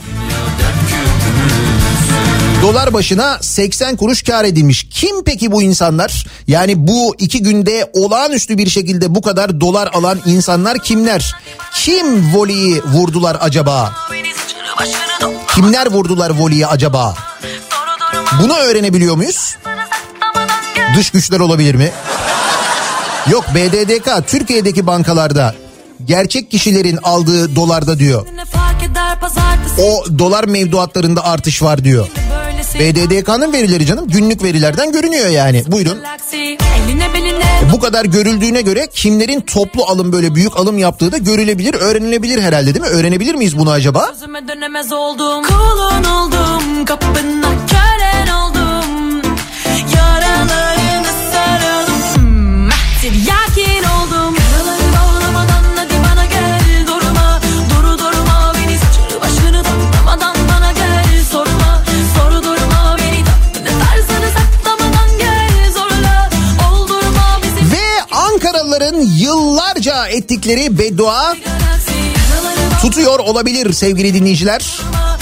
Dolar başına 80 kuruş kar edilmiş. Kim peki bu insanlar? Yani bu 2 günde olağanüstü bir şekilde bu kadar dolar alan insanlar kimler? Kim voleyi vurdular acaba? Kimler vurdular voleyi acaba? Bunu öğrenebiliyor muyuz? Dış güçler olabilir mi? Yok, BDDK Türkiye'deki bankalarda gerçek kişilerin aldığı dolarda diyor. O dolar mevduatlarında artış var diyor. BDDK'nın verileri canım, günlük verilerden görünüyor yani. Buyurun. Bu kadar görüldüğüne göre kimlerin toplu alım, böyle büyük alım yaptığı da görülebilir, öğrenilebilir herhalde, değil mi? Öğrenebilir miyiz bunu acaba? Sözüme dönemez oldum, kulun oldum, kapına kölen oldum, yaralarını saralım, tiryakin oldum. Karaları bağlamadan hadi bana gel, durma, durma beni, saçını başını toplamadan bana gel, sorma, durma beni, tarzını saklamadan gel, zorla, oldurma bizi. Ve Ankaralıların yıllarca ettikleri beddua tutuyor olabilir sevgili dinleyiciler.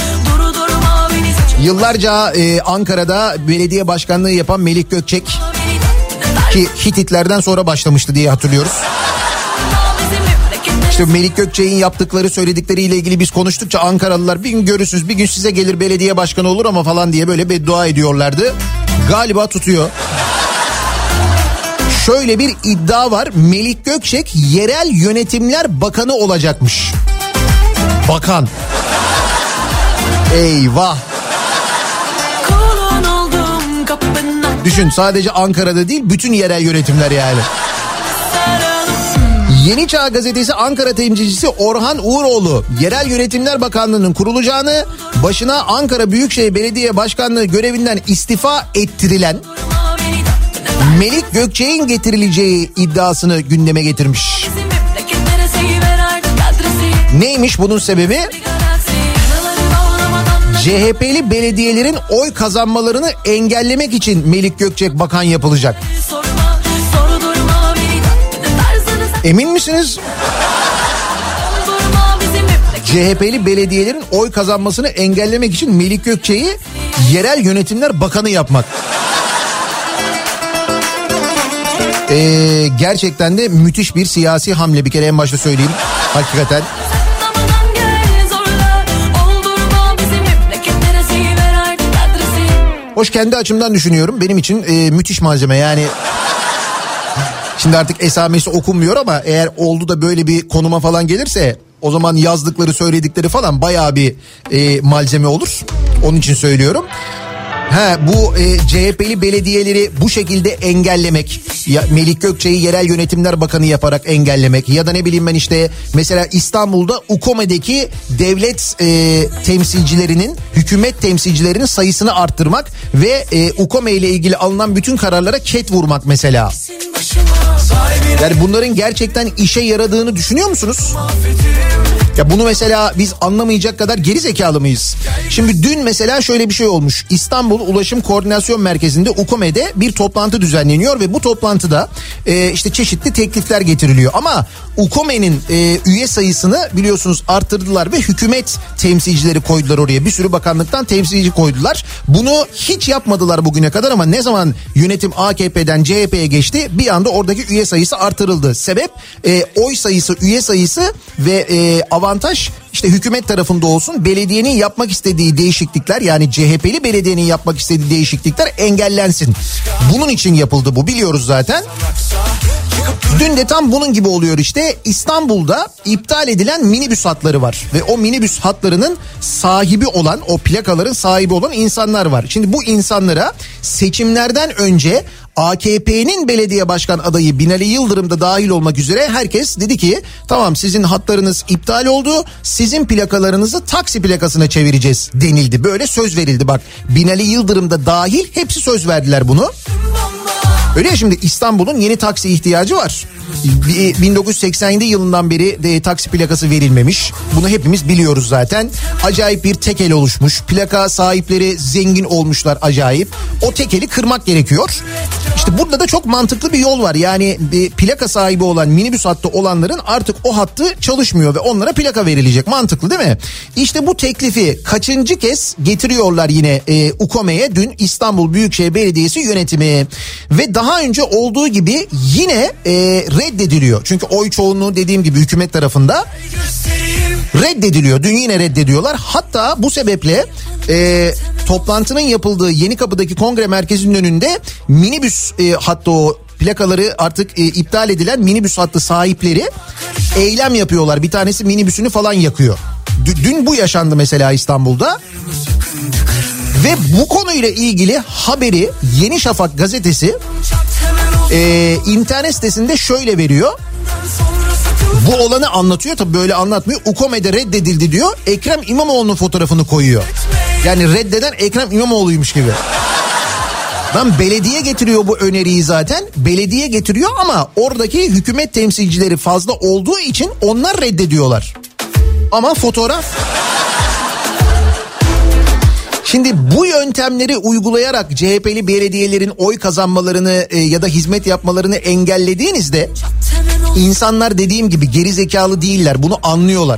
Yıllarca Ankara'da belediye başkanlığı yapan Melik Gökçek, ki Hititlerden sonra başlamıştı diye hatırlıyoruz. İşte Melik Gökçek'in yaptıkları, söyledikleriyle ilgili biz konuştukça Ankaralılar bir gün görürsünüz, bir gün size gelir belediye başkanı olur ama falan diye böyle beddua ediyorlardı. Galiba tutuyor. Şöyle bir iddia var, Melik Gökçek Yerel Yönetimler Bakanı olacakmış. Bakan. Eyvah. Düşün, sadece Ankara'da değil, bütün yerel yönetimler yani. Yeni Çağ Gazetesi Ankara temsilcisi Orhan Uğuroğlu, Yerel Yönetimler Bakanlığı'nın kurulacağını, başına Ankara Büyükşehir Belediye Başkanlığı görevinden istifa ettirilen Melik Gökçek'in getirileceği iddiasını gündeme getirmiş. Neymiş bunun sebebi? CHP'li belediyelerin oy kazanmalarını engellemek için Melik Gökçek bakan yapılacak. Emin misiniz? CHP'li belediyelerin oy kazanmasını engellemek için Melik Gökçek'i Yerel Yönetimler Bakanı yapmak. Gerçekten de müthiş bir siyasi hamle, bir kere en başta söyleyeyim. Hakikaten. Hoş, kendi açımdan düşünüyorum. Benim için müthiş malzeme yani. Şimdi artık esamesi okunmuyor ama eğer oldu da böyle bir konuma falan gelirse o zaman yazdıkları, söyledikleri falan bayağı bir malzeme olur. Onun için söylüyorum. Bu CHP'li belediyeleri bu şekilde engellemek, ya Melik Gökçek'i Yerel Yönetimler Bakanı yaparak engellemek, ya da ne bileyim ben işte mesela İstanbul'da UKOME'deki devlet temsilcilerinin, hükümet temsilcilerinin sayısını arttırmak ve UKOME ile ilgili alınan bütün kararlara ket vurmak mesela. Yani bunların gerçekten işe yaradığını düşünüyor musunuz? Ya bunu mesela biz anlamayacak kadar geri zekalı mıyız? Şimdi dün mesela şöyle bir şey olmuş. İstanbul Ulaşım Koordinasyon Merkezi'nde UKOME'de bir toplantı düzenleniyor ve bu toplantıda işte çeşitli teklifler getiriliyor. Ama UKOME'nin üye sayısını biliyorsunuz arttırdılar ve hükümet temsilcileri koydular oraya. Bir sürü bakanlıktan temsilci koydular. Bunu hiç yapmadılar bugüne kadar ama ne zaman yönetim AKP'den CHP'ye geçti bir anda oradaki üye sayısı artırıldı. Sebep oy sayısı, üye sayısı ve avantaj işte hükümet tarafında olsun, belediyenin yapmak istediği değişiklikler, yani CHP'li belediyenin yapmak istediği değişiklikler engellensin. Bunun için yapıldı bu, biliyoruz zaten. Dün de tam bunun gibi oluyor işte. İstanbul'da iptal edilen minibüs hatları var ve o minibüs hatlarının sahibi olan, o plakaların sahibi olan insanlar var. Şimdi bu insanlara seçimlerden önce AKP'nin belediye başkan adayı Binali Yıldırım da dahil olmak üzere herkes dedi ki tamam, sizin hatlarınız iptal oldu, sizin plakalarınızı taksi plakasına çevireceğiz denildi. Böyle söz verildi, bak Binali Yıldırım da dahil hepsi söz verdiler bunu. Öyle ya, şimdi İstanbul'un yeni taksi ihtiyacı var. 1987 yılından beri de taksi plakası verilmemiş. Bunu hepimiz biliyoruz zaten. Acayip bir tekel oluşmuş. Plaka sahipleri zengin olmuşlar acayip. O tekeli kırmak gerekiyor. İşte burada da çok mantıklı bir yol var. Yani bir plaka sahibi olan, minibüs hattı olanların artık o hattı çalışmıyor ve onlara plaka verilecek. Mantıklı değil mi? İşte bu teklifi kaçıncı kez getiriyorlar yine UKOME'ye, dün İstanbul Büyükşehir Belediyesi yönetimi. Ve daha önce olduğu gibi yine reddediliyor. Çünkü oy çoğunluğu dediğim gibi hükümet tarafında reddediliyor. Dün yine reddediyorlar. Hatta bu sebeple toplantının yapıldığı Yenikapı'daki kongre merkezinin önünde minibüs hattı, o plakaları artık iptal edilen minibüs hattı sahipleri eylem yapıyorlar. Bir tanesi minibüsünü falan yakıyor. Dün bu yaşandı mesela İstanbul'da. Ve bu konuyla ilgili haberi Yeni Şafak gazetesi internet sitesinde şöyle veriyor. Bu olanı anlatıyor, tabii böyle anlatmıyor. UKOME'de reddedildi diyor. Ekrem İmamoğlu'nun fotoğrafını koyuyor. Yani reddeden Ekrem İmamoğlu'ymuş gibi. Lan belediye getiriyor bu öneriyi zaten. Belediye getiriyor ama oradaki hükümet temsilcileri fazla olduğu için onlar reddediyorlar. Ama fotoğraf... Şimdi bu yöntemleri uygulayarak CHP'li belediyelerin oy kazanmalarını ya da hizmet yapmalarını engellediğinizde insanlar dediğim gibi geri zekalı değiller, bunu anlıyorlar.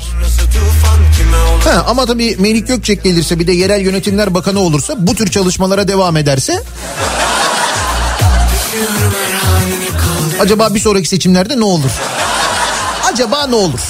Ama tabii Melik Gökçek gelirse, bir de Yerel Yönetimler Bakanı olursa, bu tür çalışmalara devam ederse acaba bir sonraki seçimlerde ne olur? Acaba ne olur?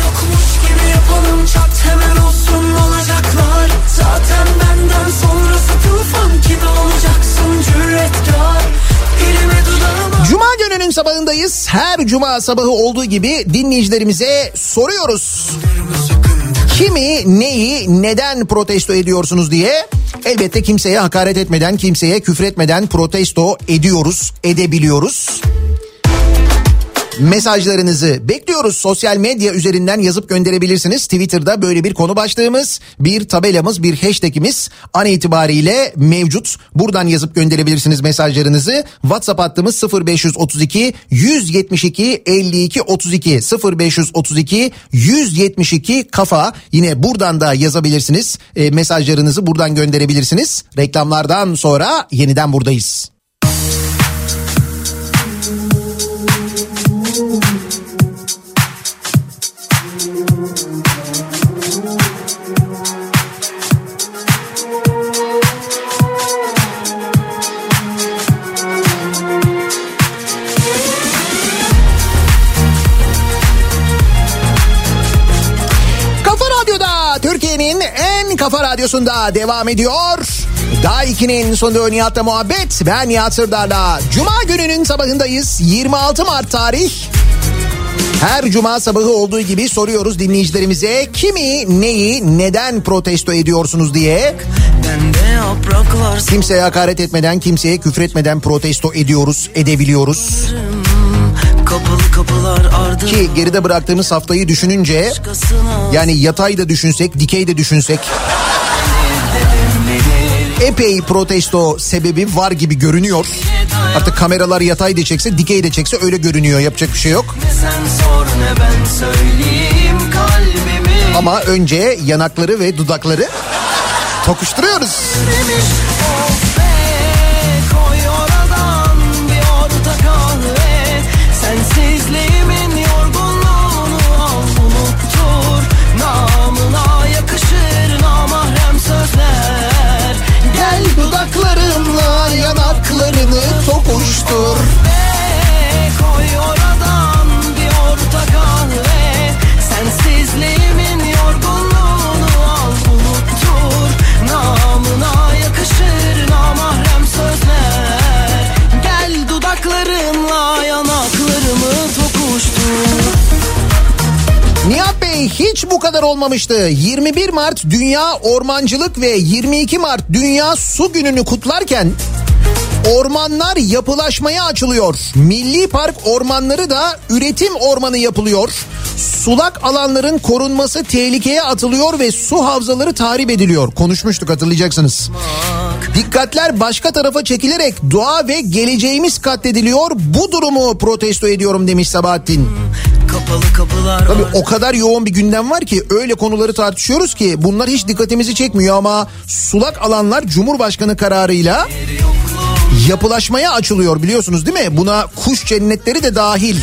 Zaten benden sonrası tufan gibi olacaksın cüretkar. Cuma gününün sabahındayız. Her cuma sabahı olduğu gibi dinleyicilerimize soruyoruz. Kimi, neyi, neden protesto ediyorsunuz diye. Elbette kimseye hakaret etmeden, kimseye küfür etmeden protesto ediyoruz, edebiliyoruz. Mesajlarınızı bekliyoruz. Sosyal medya üzerinden yazıp gönderebilirsiniz. Twitter'da böyle bir konu başlığımız, bir tabelamız, bir hashtagimiz an itibariyle mevcut. Buradan yazıp gönderebilirsiniz mesajlarınızı. WhatsApp hattımız 0532 172 52 32 0532 172 kafa. Yine buradan da yazabilirsiniz. Mesajlarınızı buradan gönderebilirsiniz. Reklamlardan sonra yeniden buradayız. Kafa Radyosu'nda devam ediyor. Daha 2'nin sonunda Nihat'la muhabbet. Ben Nihat Sırdar'la. Cuma gününün sabahındayız. 26 Mart tarih. Her cuma sabahı olduğu gibi soruyoruz dinleyicilerimize. Kimi, neyi, neden protesto ediyorsunuz diye. Kimseye hakaret etmeden, kimseye küfür etmeden protesto ediyoruz, edebiliyoruz. Ki geride bıraktığımız haftayı düşününce, yani yatay da düşünsek, dikey de düşünsek, epey protesto sebebi var gibi görünüyor. Artık kameralar yatay da çekse, dikey de çekse öyle görünüyor. Yapacak bir şey yok. Ama önce yanakları ve dudakları tokuşturuyoruz. Sensizliğimin yorgunluğunu al unuttur. Namına yakışır namahrem sözler. Gel dudaklarınla yanaklarını tokuştur. Koy oradan bir orta kahve. Sensizliğimin yorgunluğunu al unuttur. Namına yakışır namahrem sözler. Gel dudaklarınla yanaklarımı tokuştur. Nihat Bey, hiç bu kadar olmamıştı. 21 Mart Dünya Ormancılık ve 22 Mart Dünya Su Günü'nü kutlarken ormanlar yapılaşmaya açılıyor. Milli park ormanları da üretim ormanı yapılıyor. Sulak alanların korunması tehlikeye atılıyor ve su havzaları tahrip ediliyor. Konuşmuştuk, hatırlayacaksınız. Dikkatler başka tarafa çekilerek doğa ve geleceğimiz katlediliyor. Bu durumu protesto ediyorum demiş Sabahattin. Tabii o kadar yoğun bir gündem var ki, öyle konuları tartışıyoruz ki bunlar hiç dikkatimizi çekmiyor ama sulak alanlar Cumhurbaşkanı kararıyla yapılaşmaya açılıyor, biliyorsunuz değil mi? Buna kuş cennetleri de dahil.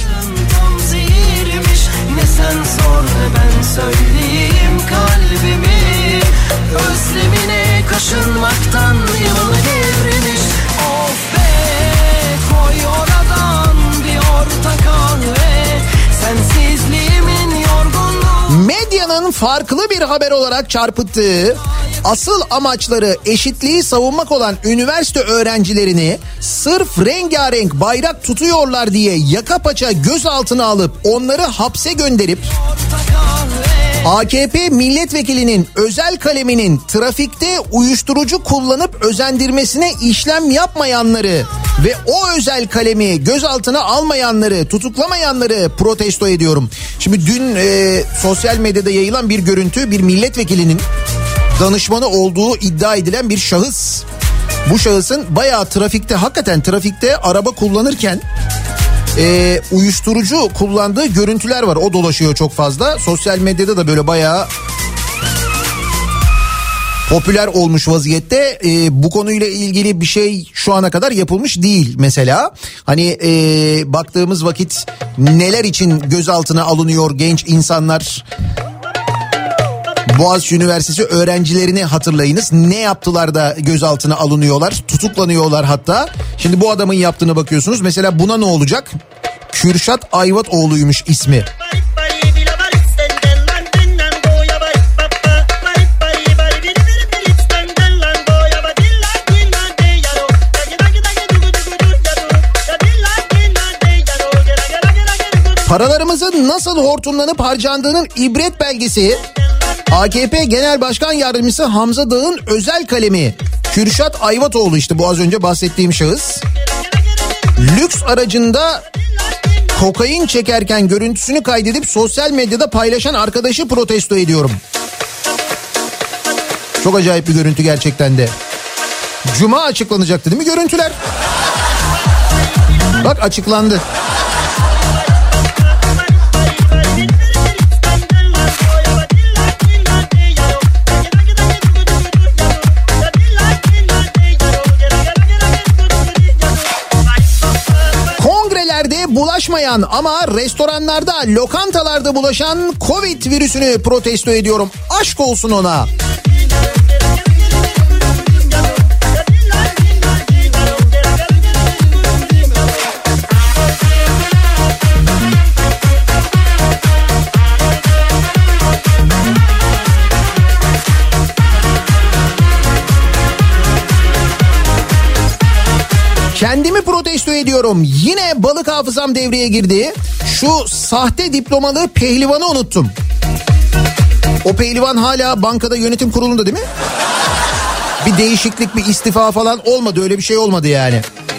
Ne sen sor ne ben söyleyeyim kalbimi. Özlemine kaşınmaktan yılı devrilmiş. Of be, koy oradan bir orta kahve. Sensizliğimin yorgunluğu. Medyanın farklı bir haber olarak çarpıttığı, asıl amaçları eşitliği savunmak olan üniversite öğrencilerini sırf rengarenk bayrak tutuyorlar diye yaka paça gözaltına alıp onları hapse gönderip AKP milletvekilinin özel kaleminin trafikte uyuşturucu kullanıp özendirmesine işlem yapmayanları ve o özel kalemi gözaltına almayanları, tutuklamayanları protesto ediyorum. Şimdi dün sosyal medyada yayılan bir görüntü, bir milletvekilinin danışmanı olduğu iddia edilen bir şahıs. Bu şahısın bayağı trafikte, hakikaten trafikte araba kullanırken uyuşturucu kullandığı görüntüler var. O dolaşıyor çok fazla. Sosyal medyada da böyle bayağı popüler olmuş vaziyette. Bu konuyla ilgili bir şey şu ana kadar yapılmış değil mesela. Hani baktığımız vakit neler için gözaltına alınıyor genç insanlar. Boğaziçi Üniversitesi öğrencilerini hatırlayınız. Ne yaptılar da gözaltına alınıyorlar, tutuklanıyorlar hatta. Şimdi bu adamın yaptığına bakıyorsunuz. Mesela buna ne olacak? Kürşat Ayvatoğlu'ymuş ismi. Paralarımızın nasıl hortumlanıp harcandığının ibret belgesi AKP Genel Başkan Yardımcısı Hamza Dağ'ın özel kalemi. Kürşat Ayvatoğlu işte bu az önce bahsettiğim şahıs. Lüks aracında kokain çekerken görüntüsünü kaydedip sosyal medyada paylaşan arkadaşı protesto ediyorum. Çok acayip bir görüntü gerçekten de. Cuma açıklanacaktı değil mi görüntüler? Bak açıklandı. Bulaşmayan ama restoranlarda, lokantalarda bulaşan Covid virüsünü protesto ediyorum. Aşk olsun ona. Kendimi protesto ediyorum. Yine balık hafızam devreye girdi. Şu sahte diplomalı pehlivanı unuttum. O pehlivan hala bankada yönetim kurulunda değil mi? Bir değişiklik, bir istifa falan olmadı. Öyle bir şey olmadı yani.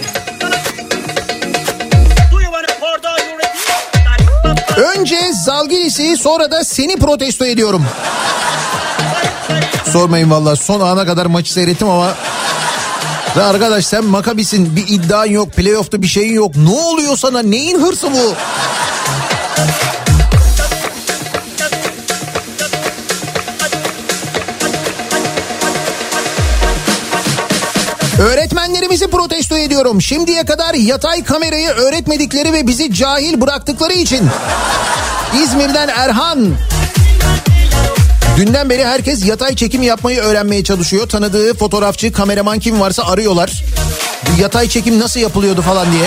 Önce Zalgiris'i sonra da seni protesto ediyorum. Sormayın vallahi son ana kadar maçı seyrettim ama... Ve arkadaş sen Makabisin, bir iddian yok, playoff'ta bir şeyin yok. Ne oluyor sana? Neyin hırsı bu? Öğretmenlerimizi protesto ediyorum. Şimdiye kadar yatay kamerayı öğretmedikleri ve bizi cahil bıraktıkları için. İzmir'den Erhan. Dünden beri herkes yatay çekim yapmayı öğrenmeye çalışıyor. Tanıdığı fotoğrafçı, kameraman kim varsa arıyorlar. Bu yatay çekim nasıl yapılıyordu falan diye.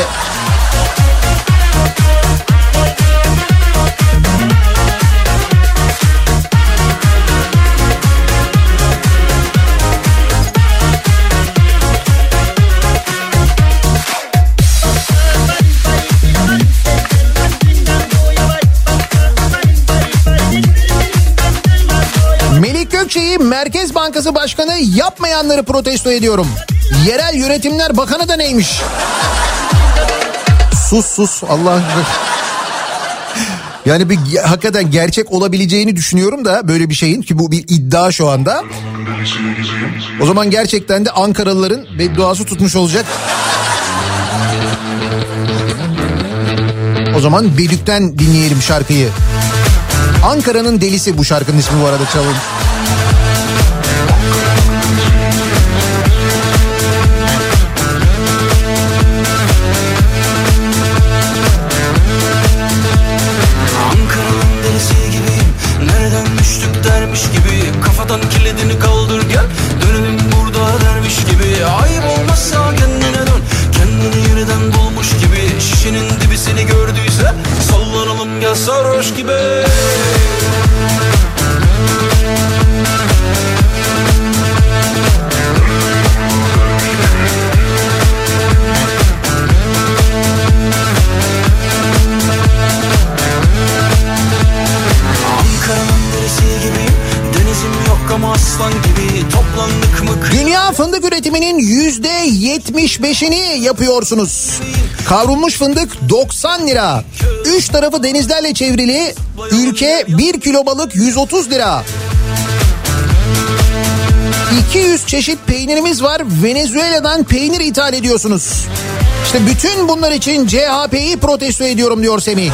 Gökçe'yi Merkez Bankası Başkanı yapmayanları protesto ediyorum. Yerel Yönetimler Bakanı da neymiş? Sus Allah. Yani bir hakikaten gerçek olabileceğini düşünüyorum da böyle bir şeyin, ki bu bir iddia şu anda. O zaman gerçekten de Ankaralıların bedduası tutmuş olacak. O zaman Bedük'ten dinleyelim şarkıyı. Ankara'nın Delisi bu şarkının ismi bu arada, çalın. Kilidini kaldır gel, dönelim burada derviş gibi. Ayıp olmazsa kendine dön, kendini yeniden bulmuş gibi. Şişenin dibisini gördüyse sallanalım gel sarhoş gibi. Ankara'nın derisi Dünya fındık üretiminin %75'ini yapıyorsunuz. Kavrulmuş fındık 90 lira. 3 tarafı denizlerle çevrili ülke 1 kilo balık 130 lira. 200 çeşit peynirimiz var. Venezuela'dan peynir ithal ediyorsunuz. İşte bütün bunlar için CHP'yi protesto ediyorum diyor Semih.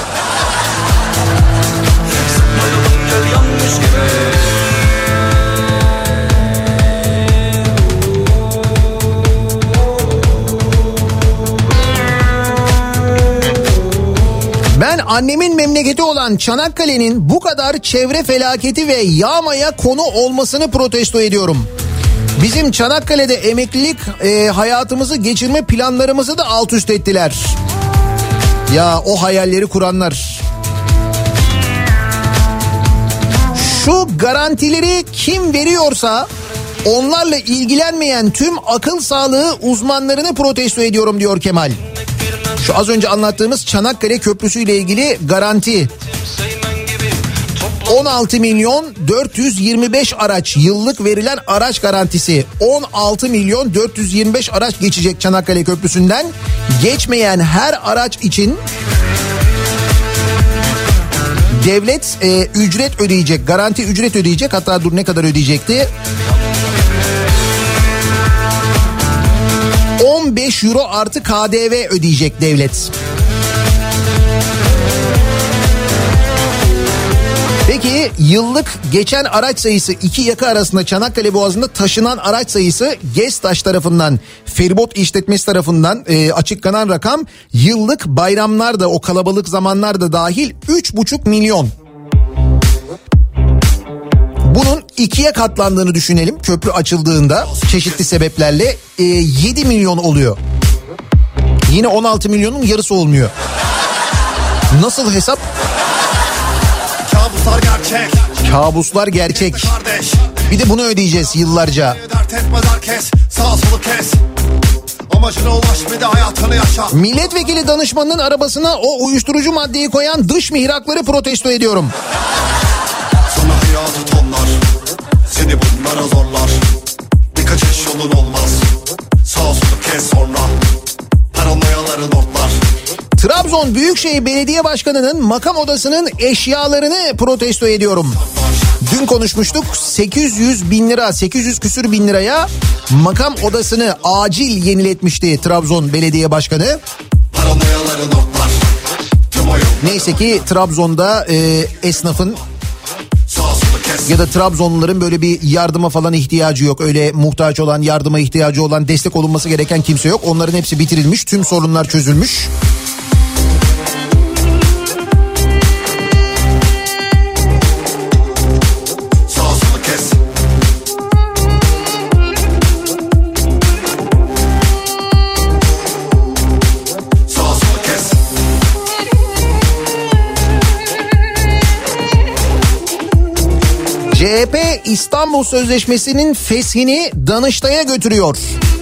Ben annemin memleketi olan Çanakkale'nin bu kadar çevre felaketi ve yağmaya konu olmasını protesto ediyorum. Bizim Çanakkale'de emeklilik hayatımızı geçirme planlarımızı da alt üst ettiler. Ya o hayalleri kuranlar. Şu garantileri kim veriyorsa onlarla ilgilenmeyen tüm akıl sağlığı uzmanlarını protesto ediyorum diyor Kemal. Şu az önce anlattığımız Çanakkale Köprüsü ile ilgili garanti. 16 milyon 425 araç, yıllık verilen araç garantisi. 16 milyon 425 araç geçecek Çanakkale Köprüsü'nden. Geçmeyen her araç için devlet ücret ödeyecek, garanti ücret ödeyecek. Hatta dur, ne kadar ödeyecekti? 15 euro artı KDV ödeyecek devlet. Peki yıllık geçen araç sayısı, iki yaka arasında Çanakkale Boğazı'nda taşınan araç sayısı GESTAŞ tarafından, feribot işletmesi tarafından açıklanan rakam, yıllık bayramlarda, o kalabalık zamanlarda dahil 3,5 milyon. Bunun ikiye katlandığını düşünelim köprü açıldığında çeşitli sebeplerle 7 milyon oluyor. Yine 16 milyonun yarısı olmuyor. Nasıl hesap? Kabuslar gerçek. Kabuslar gerçek. Bir de bunu ödeyeceğiz yıllarca. Dert etmez herkes, sağ solu kes. Amacına ulaş ve de hayatını yaşa. Milletvekili danışmanının arabasına o uyuşturucu maddeyi koyan dış mihrakları protesto ediyorum. Sana hayatı tonlar, seni bunlara zorlar. Birkaç eş yolun olmaz, sağ solu kes sonra. Paranoyaların ortlar. Trabzon Büyükşehir Belediye Başkanı'nın makam odasının eşyalarını protesto ediyorum. Dün konuşmuştuk, 800 bin lira, 800 küsür bin liraya makam odasını acil yeniletmişti Trabzon Belediye Başkanı. Neyse ki Trabzon'da esnafın ya da Trabzonluların böyle bir yardıma falan ihtiyacı yok. Öyle muhtaç olan, yardıma ihtiyacı olan, destek olunması gereken kimse yok. Onların hepsi bitirilmiş, tüm sorunlar çözülmüş. CHP İstanbul Sözleşmesi'nin feshini Danıştay'a götürüyor.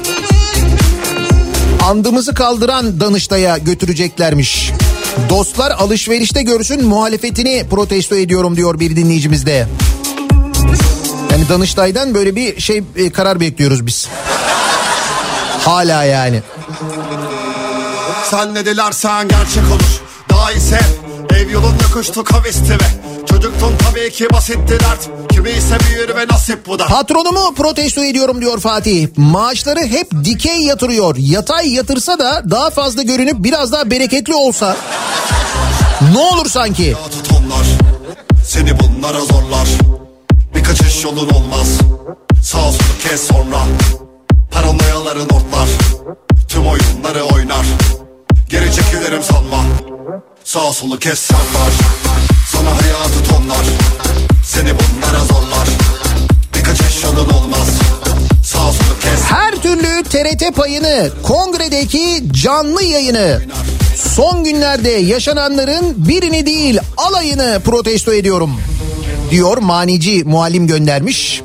Andımızı kaldıran Danıştay'a götüreceklermiş. Dostlar alışverişte görsün muhalefetini protesto ediyorum diyor bir dinleyicimiz de. Yani Danıştay'dan böyle bir karar bekliyoruz biz. Hala yani. Sen ne dilersen gerçek olur. Daha ise ev yolunda kuştu kavisti ve çocuktun tabii ki basitti dert. Kimi ise büyür ve nasip bu da. Patronumu protesto ediyorum diyor Fatih. Maaşları hep dikey yatırıyor. Yatay yatırsa da daha fazla görünüp biraz daha bereketli olsa ne olur sanki. Tutonlar, seni bunlara zorlar. Birkaç eş yolun olmaz, sağ solu kes sonra. Paranoyaların ortlar, tüm oyunları oynar. Geri çekilirim sanma, sağ solu kes sallar. Sana hayatı tonlar, seni bunlara zorlar. Birkaç eş yolun olmaz, sağ solu kes. Her türlü TRT payını, kongredeki canlı yayını, son günlerde yaşananların birini değil alayını protesto ediyorum diyor manici muallim göndermiş.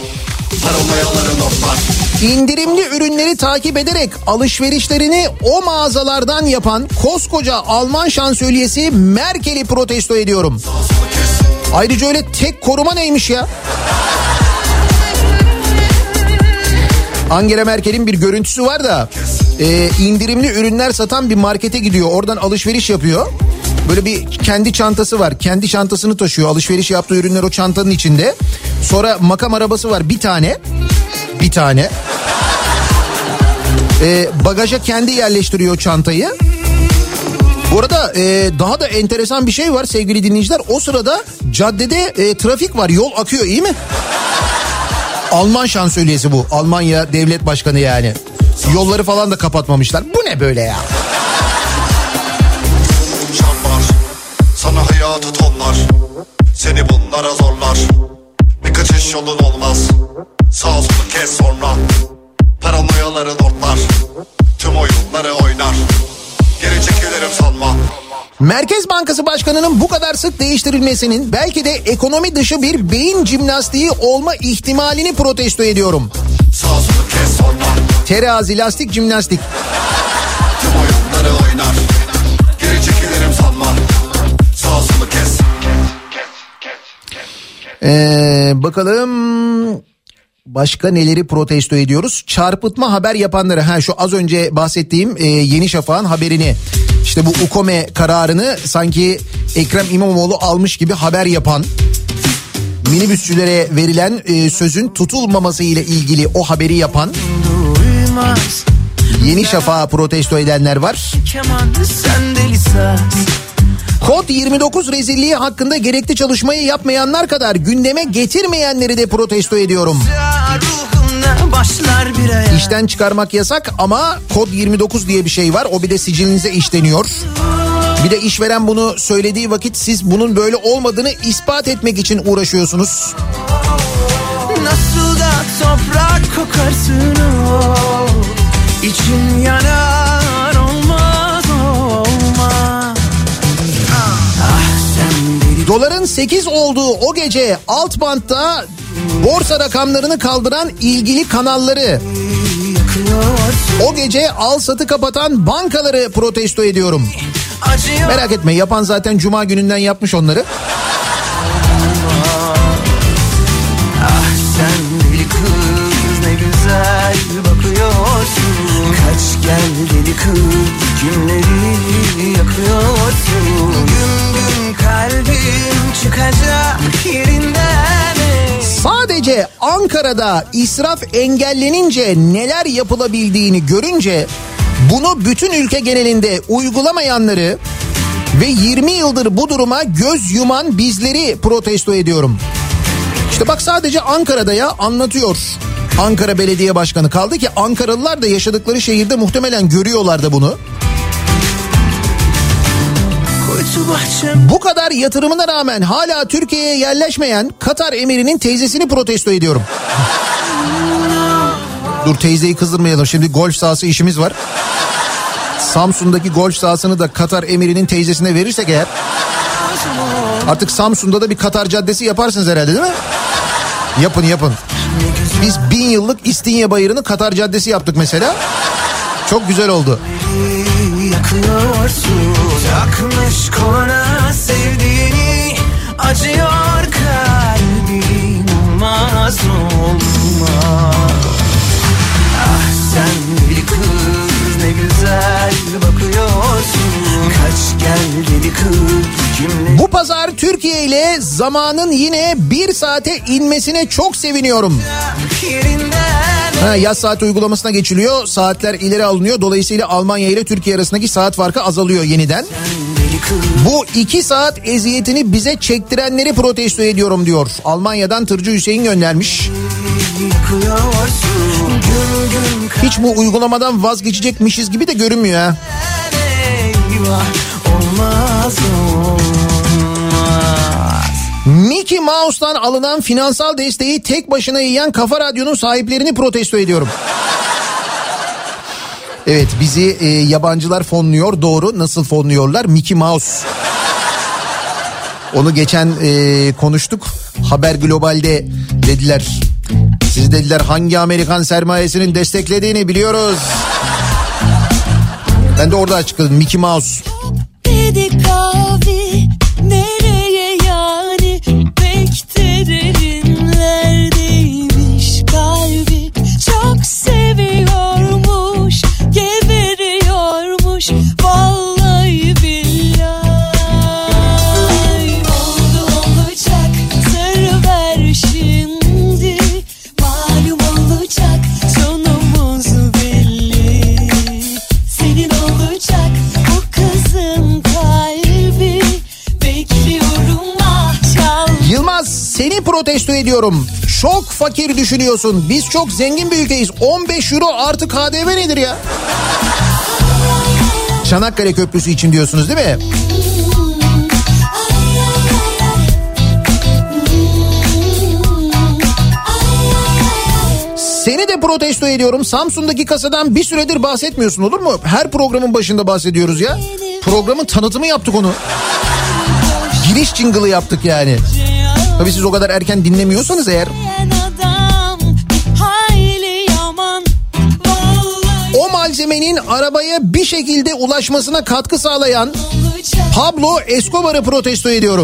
İndirimli ürünleri takip ederek alışverişlerini o mağazalardan yapan koskoca Alman şansölyesi Merkel'i protesto ediyorum. Ayrıca öyle tek koruma neymiş ya? Angela Merkel'in bir görüntüsü var da indirimli ürünler satan bir markete gidiyor. Oradan alışveriş yapıyor. Böyle bir kendi çantası var. Kendi çantasını taşıyor. Alışveriş yaptığı ürünler o çantanın içinde. Sonra makam arabası var bir tane. Bagaja kendi yerleştiriyor çantayı. Bu arada daha da enteresan bir şey var sevgili dinleyiciler. O sırada caddede trafik var. Yol akıyor, iyi mi? Alman şansölyesi bu. Almanya devlet başkanı yani. Yolları falan da kapatmamışlar. Bu ne böyle ya? Çarpar sana hayatı tonlar, seni bunlara zorlar. Bir kaçış yolun olmaz, sağ solu kes sonra. Paranoyaların ortlar, tüm oyunları oynar. Geri çekilirim sanma. Merkez Bankası Başkanı'nın bu kadar sık değiştirilmesinin belki de ekonomi dışı bir beyin jimnastiği olma ihtimalini protesto ediyorum. Sağ solu kes sonra. Terazi, lastik, jimnastik. Tüm oyunları oynar. Geri çekilirim sanma. Sağ solu kes. Bakalım başka neleri protesto ediyoruz? Çarpıtma haber yapanları. Şu az önce bahsettiğim Yeni Şafak'ın haberini. İşte bu UKOME kararını sanki Ekrem İmamoğlu almış gibi haber yapan, minibüsçülere verilen sözün tutulmaması ile ilgili o haberi yapan Yeni Şafak'ı protesto edenler var. Kod 29 rezilliği hakkında gerekli çalışmayı yapmayanlar kadar gündeme getirmeyenleri de protesto ediyorum. İşten çıkarmak yasak ama kod 29 diye bir şey var. O bir de sicilinize işleniyor. Bir de işveren bunu söylediği vakit siz bunun böyle olmadığını ispat etmek için uğraşıyorsunuz. Nasıl da toprak kokarsın o, İçin yanar olmaz olmaz. Doların 8 olduğu o gece alt bantta borsa rakamlarını kaldıran ilgili kanalları, o gece al satı kapatan bankaları protesto ediyorum. Merak etme, yapan zaten cuma gününden yapmış onları. Ah sen deli kız ne güzel bakıyorsun. Kaç gel deli kız kimleri yakıyorsun. Gün gün kalbim çıkacak yerinden. Sadece Ankara'da israf engellenince neler yapılabildiğini görünce bunu bütün ülke genelinde uygulamayanları ve 20 yıldır bu duruma göz yuman bizleri protesto ediyorum. İşte bak sadece Ankara'da ya anlatıyor Ankara Belediye Başkanı, kaldı ki Ankaralılar da yaşadıkları şehirde muhtemelen görüyorlar da bunu. Bu kadar yatırımına rağmen hala Türkiye'ye yerleşmeyen Katar emirinin teyzesini protesto ediyorum. Dur teyzeyi kızdırmayalım, şimdi golf sahası işimiz var. Samsun'daki golf sahasını da Katar emirinin teyzesine verirsek eğer, artık Samsun'da da bir Katar caddesi yaparsınız herhalde, değil mi? Yapın. Biz 1000 yıllık İstinye Bayırı'nı Katar caddesi yaptık mesela. Çok güzel oldu. Yakıyorsun, takmış koluna sevdiğini, acıyor kalbim, olmaz olmaz. Ah sen deli kız ne güzel bakıyorsun. Kaç gel deli kız kimle... Bu pazar Türkiye ile zamanın yine 1 saate inmesine çok seviniyorum. Yaz saat uygulamasına geçiliyor. Saatler ileri alınıyor. Dolayısıyla Almanya ile Türkiye arasındaki saat farkı azalıyor yeniden. Bu 2 saat eziyetini bize çektirenleri protesto ediyorum diyor. Almanya'dan Tırcı Hüseyin göndermiş. Hiç bu uygulamadan vazgeçecekmişiz gibi de görünmüyor ha. Olmaz olmaz. Mickey Mouse'tan alınan finansal desteği tek başına yiyen Kafa Radyo'nun sahiplerini protesto ediyorum. Evet, bizi yabancılar fonluyor, doğru. Nasıl fonluyorlar? Mickey Mouse. Onu geçen konuştuk. Haber Global'de dediler. Siz dediler hangi Amerikan sermayesinin desteklediğini biliyoruz. Ben de orada açıkladım, Mickey Mouse. Dedik abi nereye yani, pek de derinlerdeymiş kalbi, çok sev. protesto ediyorum. Çok fakir düşünüyorsun. Biz çok zengin bir ülkeyiz. 15 euro artı KDV nedir ya? Çanakkale Köprüsü için diyorsunuz değil mi? Seni de protesto ediyorum. Samsun'daki kasadan bir süredir bahsetmiyorsun, olur mu? Her programın başında bahsediyoruz ya. Programın tanıtımı yaptık onu. Giriş jingle'ı yaptık yani. Tabii siz o kadar erken dinlemiyorsanız eğer. O malzemenin arabaya bir şekilde ulaşmasına katkı sağlayan Pablo Escobar'ı protesto ediyorum.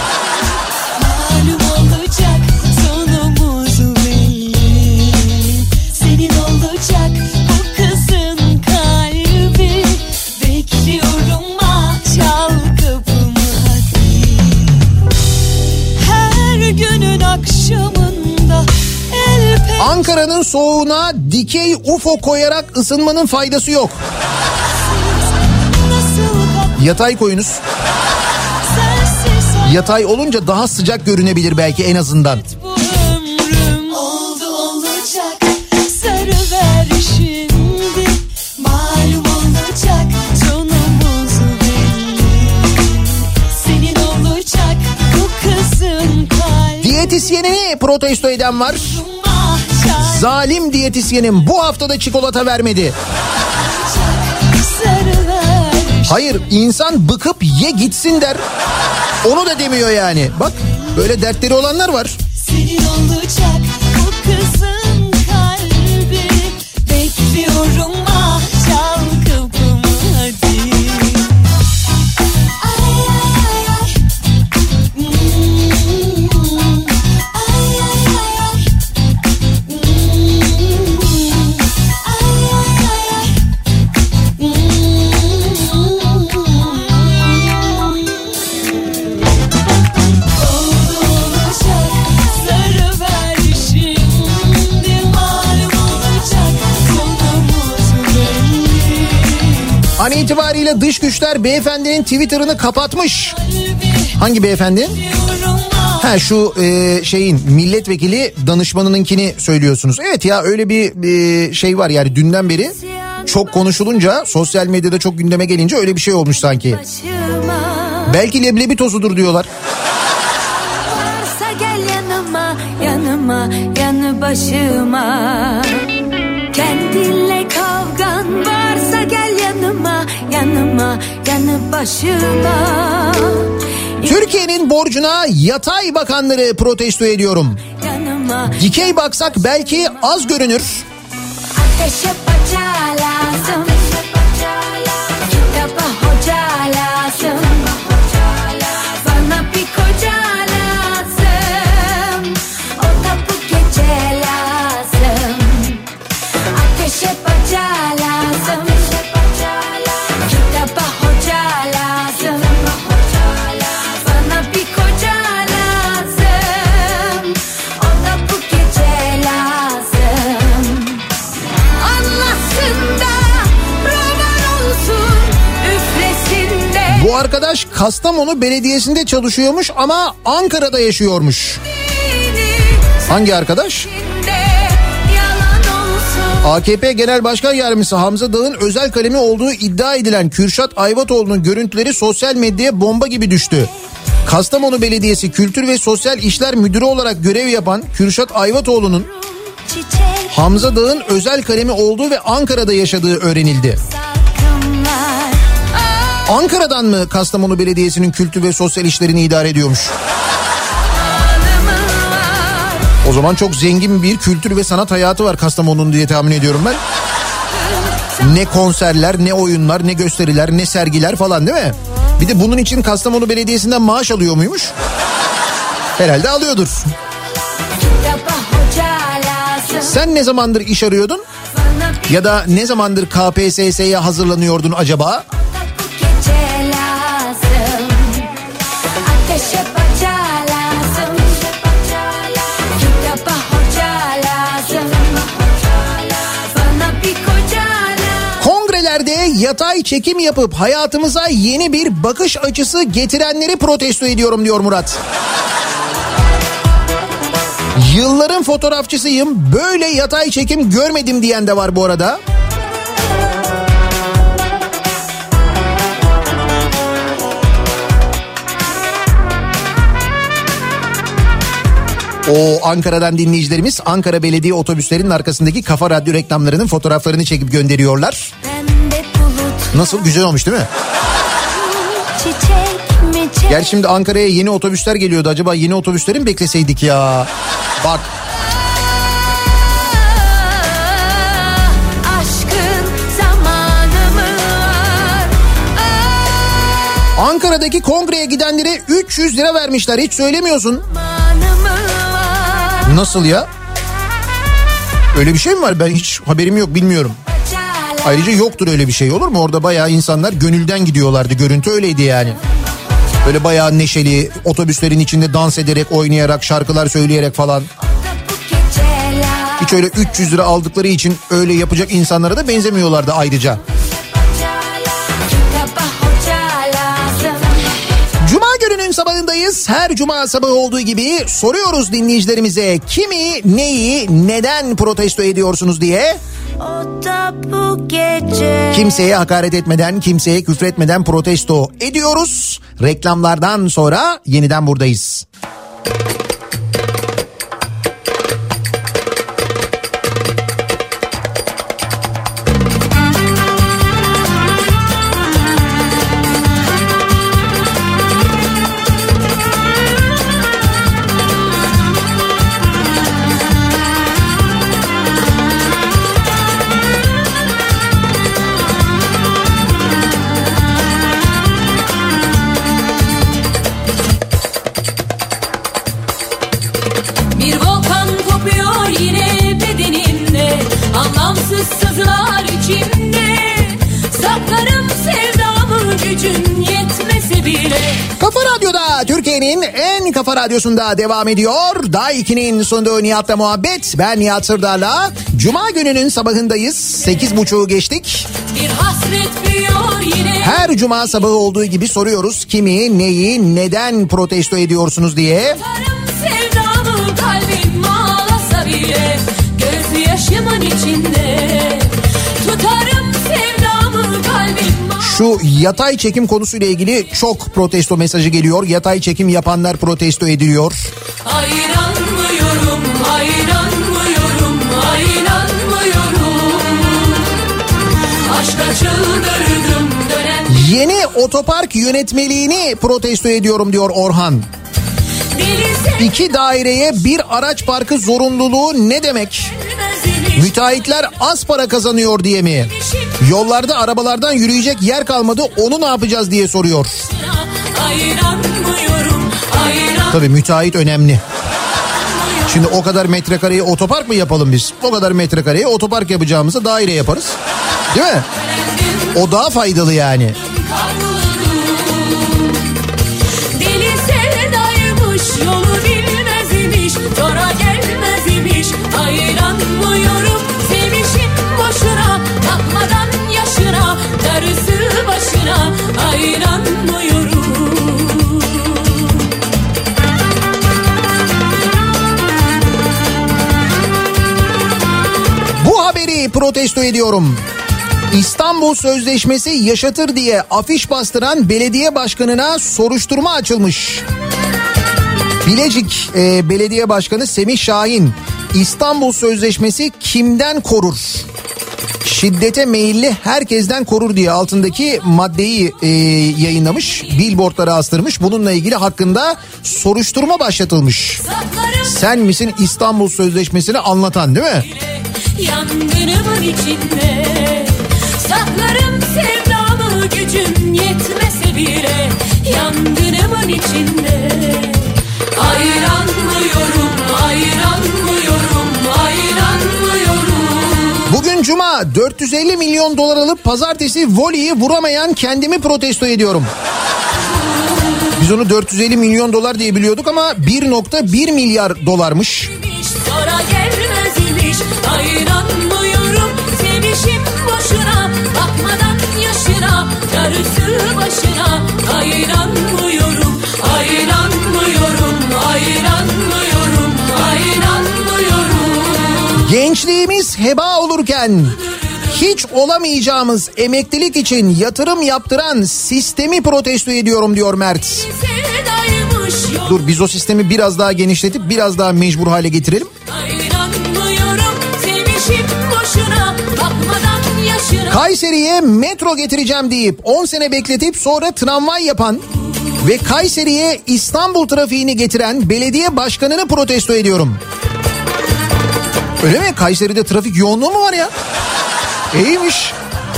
Ankara'nın soğuğuna dikey UFO koyarak ısınmanın faydası yok. Yatay koyunuz. Yatay olunca daha sıcak görünebilir belki en azından. Diyetisyenini protesto eden var. Zalim diyetisyenim bu haftada çikolata vermedi. Hayır, insan bıkıp ye gitsin der. Onu da demiyor yani. Bak böyle dertleri olanlar var. Senin olacak bu kızın kalbi. Bekliyorum ah çal kapımı hadi. An itibariyle dış güçler beyefendinin Twitter'ını kapatmış. Hangi beyefendi? Ha şu şeyin milletvekili danışmanınınkini söylüyorsunuz. Evet ya, öyle bir şey var yani, dünden beri çok konuşulunca, sosyal medyada çok gündeme gelince öyle bir şey olmuş sanki. Belki leblebi tozudur diyorlar. Varsa gel yanıma, yanıma, yanı başıma. Kendinle kavgan varsa gel yanıma, yanıma, yanı başıma. Türkiye'nin borcuna yatay bakanları protesto ediyorum. Yanıma, dikey baksak belki az görünür. Ateşe bacağı lazım. Kitaba hoca lazım. Bana bir koca lazım. O da bu gece lazım. Ateşe bacağı lazım. Kitaba hoca lazım. Bana bir koca lazım. O da bu gece lazım. Anlasın da roman olsun, üflesin de. Bu arkadaş Kastamonu Belediyesi'nde çalışıyormuş ama Ankara'da yaşıyormuş. Hangi arkadaş? AKP Genel Başkan Yardımcısı Hamza Dağ'ın özel kalemi olduğu iddia edilen Kürşat Ayvatoğlu'nun görüntüleri sosyal medyaya bomba gibi düştü. Kastamonu Belediyesi Kültür ve Sosyal İşler Müdürü olarak görev yapan Kürşat Ayvatoğlu'nun Hamza Dağ'ın özel kalemi olduğu ve Ankara'da yaşadığı öğrenildi. Ankara'dan mı Kastamonu Belediyesi'nin kültür ve sosyal işlerini idare ediyormuş? O zaman çok zengin bir kültür ve sanat hayatı var Kastamonu'nun diye tahmin ediyorum ben. Ne konserler, ne oyunlar, ne gösteriler, ne sergiler falan, değil mi? Bir de bunun için Kastamonu Belediyesi'nden maaş alıyor muymuş? Herhalde alıyordur. Sen ne zamandır iş arıyordun? Ya da ne zamandır KPSS'ye hazırlanıyordun acaba? Kongrelerde yatay çekim yapıp hayatımıza yeni bir bakış açısı getirenleri protesto ediyorum diyor Murat. Yılların fotoğrafçısıyım, böyle yatay çekim görmedim diyen de var bu arada. O Ankara'dan dinleyicilerimiz Ankara Belediye otobüslerinin arkasındaki Kafa Radyo reklamlarının fotoğraflarını çekip gönderiyorlar. Nasıl, güzel olmuş değil mi? Gerçi şimdi Ankara'ya yeni otobüsler geliyordu. Acaba yeni otobüsleri mi bekleseydik ya? Bak. Ankara'daki kongreye gidenlere 300 lira vermişler. Hiç söylemiyorsun. Nasıl ya? Öyle bir şey mi var? Ben hiç haberim yok, bilmiyorum. Ayrıca yoktur öyle bir şey, olur mu? Orada bayağı insanlar gönülden gidiyorlardı. Görüntü öyleydi yani. Böyle bayağı neşeli, otobüslerin içinde dans ederek, oynayarak, şarkılar söyleyerek falan. Hiç öyle 300 lira aldıkları için öyle yapacak insanlara da benzemiyorlardı ayrıca. Cuma gününün sabahındayız. Her cuma sabahı olduğu gibi soruyoruz dinleyicilerimize, kimi, neyi, neden protesto ediyorsunuz diye. Kimseye hakaret etmeden, kimseye küfretmeden protesto ediyoruz. Reklamlardan sonra yeniden buradayız. Kafa Radyo'da, Türkiye'nin en kafa radyosunda devam ediyor. Day 2'nin sunduğu Nihat'la muhabbet. Ben Nihat Sırdar'la. Cuma gününün sabahındayız. 8.30'u geçtik. Her cuma sabahı olduğu gibi soruyoruz, kimi, neyi, neden protesto ediyorsunuz diye. Sevdamı kalbim ağlasa bile, gözyaşımın içinde tutarım sevdamı kalbim. Şu yatay çekim konusuyla ilgili çok protesto mesajı geliyor. Yatay çekim yapanlar protesto ediliyor. Hayranmıyorum, hayranmıyorum, hayranmıyorum. Aşka çıldırdım dönem. Yeni otopark yönetmeliğini protesto ediyorum diyor Orhan. 2 daireye bir araç parkı zorunluluğu ne demek? Müteahhitler az para kazanıyor diye mi? Yollarda arabalardan yürüyecek yer kalmadı, onu ne yapacağız diye soruyor. Tabii müteahhit önemli. Şimdi o kadar metrekareye otopark mı yapalım biz? O kadar metrekareye otopark yapacağımızda daire yaparız. Değil mi? O daha faydalı yani. Deli sevdaymış, yolu bilmezmiş, zora gelmezmiş. Hayranmıyorum, sevişim boşuna, bakmadan yaşına, darısı başına. Hayranmıyorum. Bu haberi protesto ediyorum. İstanbul Sözleşmesi yaşatır diye afiş bastıran belediye başkanına soruşturma açılmış. Bilecik Belediye Başkanı Semih Şahin, İstanbul Sözleşmesi kimden korur? Şiddete meyilli herkesten korur diye altındaki maddeyi yayınlamış, billboardlara astırmış. Bununla ilgili hakkında soruşturma başlatılmış. Sen misin İstanbul Sözleşmesi'ni anlatan, değil mi? Yangınımın içinde saklarım sevdamı, gücüm yetmese bile. Yangınımın içinde hayranmıyorum, hayranmıyorum, hayranmıyorum. Bugün Cuma, 450 milyon dolar alıp pazartesi voleyi vuramayan kendimi protesto ediyorum. Biz onu 450 milyon dolar diye biliyorduk ama 1.1 milyar dolarmış. Sonra gelmezmiş, hayranmıyorum, sevişim boşuna, bakmadan yaşına, darısı başına. Hayranmıyorum, hayranmıyorum, hayranmıyorum, hayranmıyorum. ben hiç olamayacağımız emeklilik için yatırım yaptıran sistemi protesto ediyorum diyor Mert. Dur biz o sistemi biraz daha genişletip biraz daha mecbur hale getirelim. Kayseri'ye metro getireceğim deyip 10 sene bekletip sonra tramvay yapan ve Kayseri'ye İstanbul trafiğini getiren belediye başkanını protesto ediyorum. Öyle mi? Kayseri'de trafik yoğunluğu mu var ya? İyiymiş.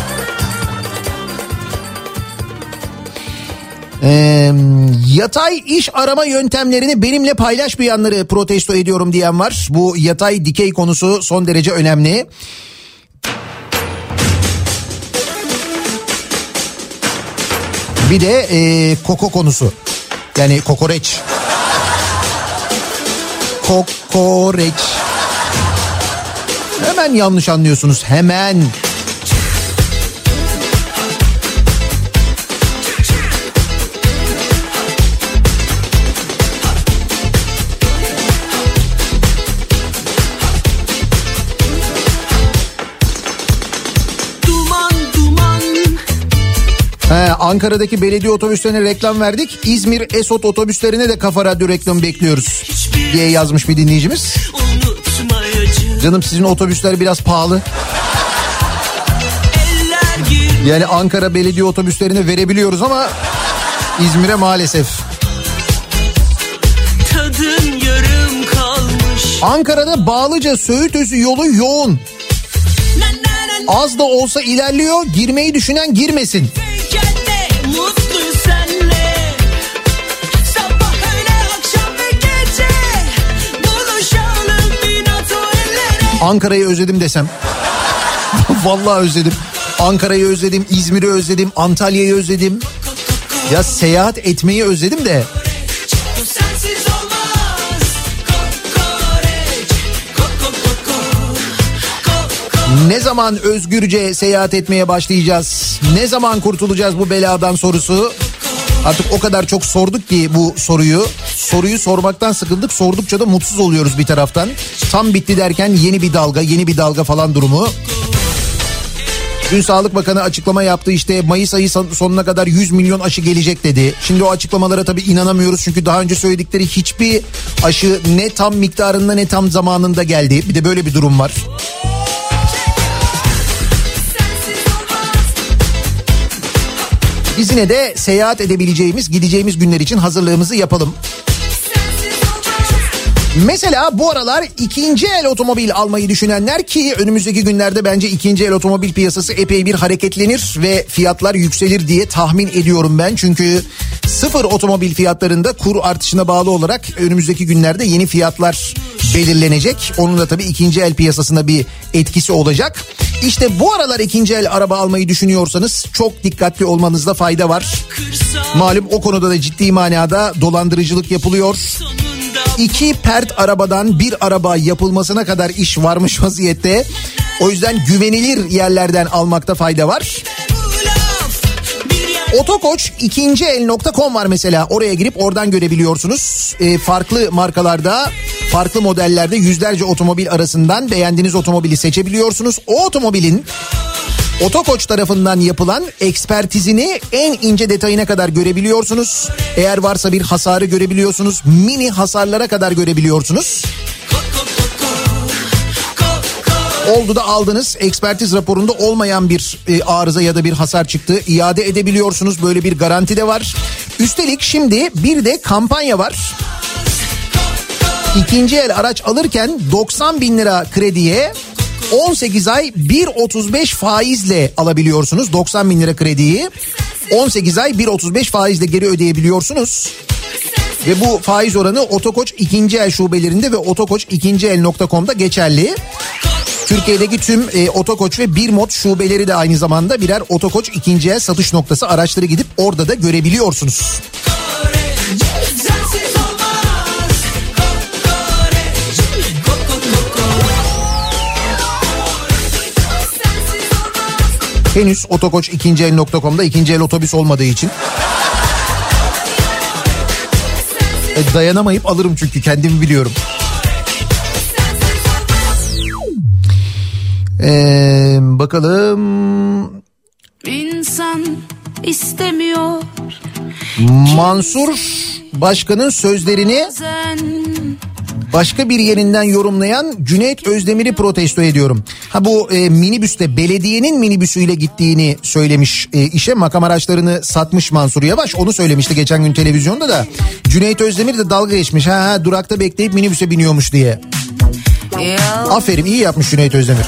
Yatay iş arama yöntemlerini benimle paylaşmayanları protesto ediyorum diyen var. Bu yatay dikey konusu son derece önemli. Bir de koko konusu. Yani kokoreç. Kokoreç. Hemen yanlış anlıyorsunuz. Hemen. Ankara'daki belediye otobüslerine reklam verdik. İzmir Esot otobüslerine de Kafa Radyo reklamı bekliyoruz diye yazmış bir dinleyicimiz. Canım sizin otobüsler biraz pahalı. Yani Ankara belediye otobüslerine verebiliyoruz ama İzmir'e maalesef. Ankara'da Bağlıca Söğütözü yolu yoğun. Az da olsa ilerliyor. Girmeyi düşünen girmesin. Ankara'yı özledim desem. Vallahi özledim. Ankara'yı özledim, İzmir'i özledim, Antalya'yı özledim. Ya seyahat etmeyi özledim de. Ne zaman özgürce seyahat etmeye başlayacağız? Ne zaman kurtulacağız bu beladan sorusu? Artık o kadar çok sorduk ki bu soruyu. Soruyu sormaktan sıkıldık. Sordukça da mutsuz oluyoruz bir taraftan. Tam bitti derken yeni bir dalga falan durumu. Dün Sağlık Bakanı açıklama yaptı, işte Mayıs ayı sonuna kadar 100 milyon aşı gelecek dedi. Şimdi o açıklamalara tabii inanamıyoruz çünkü daha önce söyledikleri hiçbir aşı ne tam miktarında ne tam zamanında geldi. Bir de böyle bir durum var. Biz yine de seyahat edebileceğimiz, gideceğimiz günler için hazırlığımızı yapalım. Mesela bu aralar ikinci el otomobil almayı düşünenler, ki önümüzdeki günlerde bence ikinci el otomobil piyasası epey bir hareketlenir ve fiyatlar yükselir diye tahmin ediyorum ben. Çünkü sıfır otomobil fiyatlarında kur artışına bağlı olarak önümüzdeki günlerde yeni fiyatlar belirlenecek. Onun da tabii ikinci el piyasasında bir etkisi olacak. İşte bu aralar ikinci el araba almayı düşünüyorsanız çok dikkatli olmanızda fayda var. Malum o konuda da ciddi manada dolandırıcılık yapılıyor. 2 pert arabadan bir araba yapılmasına kadar iş varmış vaziyette. O yüzden güvenilir yerlerden almakta fayda var. Otokoç ikinciel.com var mesela, oraya girip oradan görebiliyorsunuz. Farklı markalarda, farklı modellerde yüzlerce otomobil arasından beğendiğiniz otomobili seçebiliyorsunuz. O otomobilin Otokoç tarafından yapılan ekspertizini en ince detayına kadar görebiliyorsunuz. Eğer varsa bir hasarı görebiliyorsunuz. Mini hasarlara kadar görebiliyorsunuz. Oldu da aldınız, ekspertiz raporunda olmayan bir arıza ya da bir hasar çıktı, iade edebiliyorsunuz. Böyle bir garanti de var. Üstelik şimdi bir de kampanya var. İkinci el araç alırken 90 bin lira krediye 18 ay 1.35 faizle alabiliyorsunuz. 90 bin lira krediyi 18 ay 1.35 faizle geri ödeyebiliyorsunuz. Ve bu faiz oranı Otokoç ikinci el şubelerinde ve otokoç2el.com'da geçerli. Türkiye'deki tüm Otokoç ve Birmot şubeleri de aynı zamanda birer Otokoç ikinci el satış noktası. Araçları gidip orada da görebiliyorsunuz. Henüz otokoç2el.com'da ikinci el otobüs olmadığı için dayanamayıp alırım çünkü kendimi biliyorum. Bakalım. İnsan istemiyor. Mansur Başkan'ın sözlerini başka bir yerinden yorumlayan Cüneyt Özdemir'i protesto ediyorum. Bu minibüste, belediyenin minibüsüyle gittiğini söylemiş işe, makam araçlarını satmış Mansur Yavaş. Onu söylemişti geçen gün televizyonda da. Cüneyt Özdemir de dalga geçmiş. Durakta bekleyip minibüse biniyormuş diye. Aferin, iyi yapmış Cüneyt Özdemir.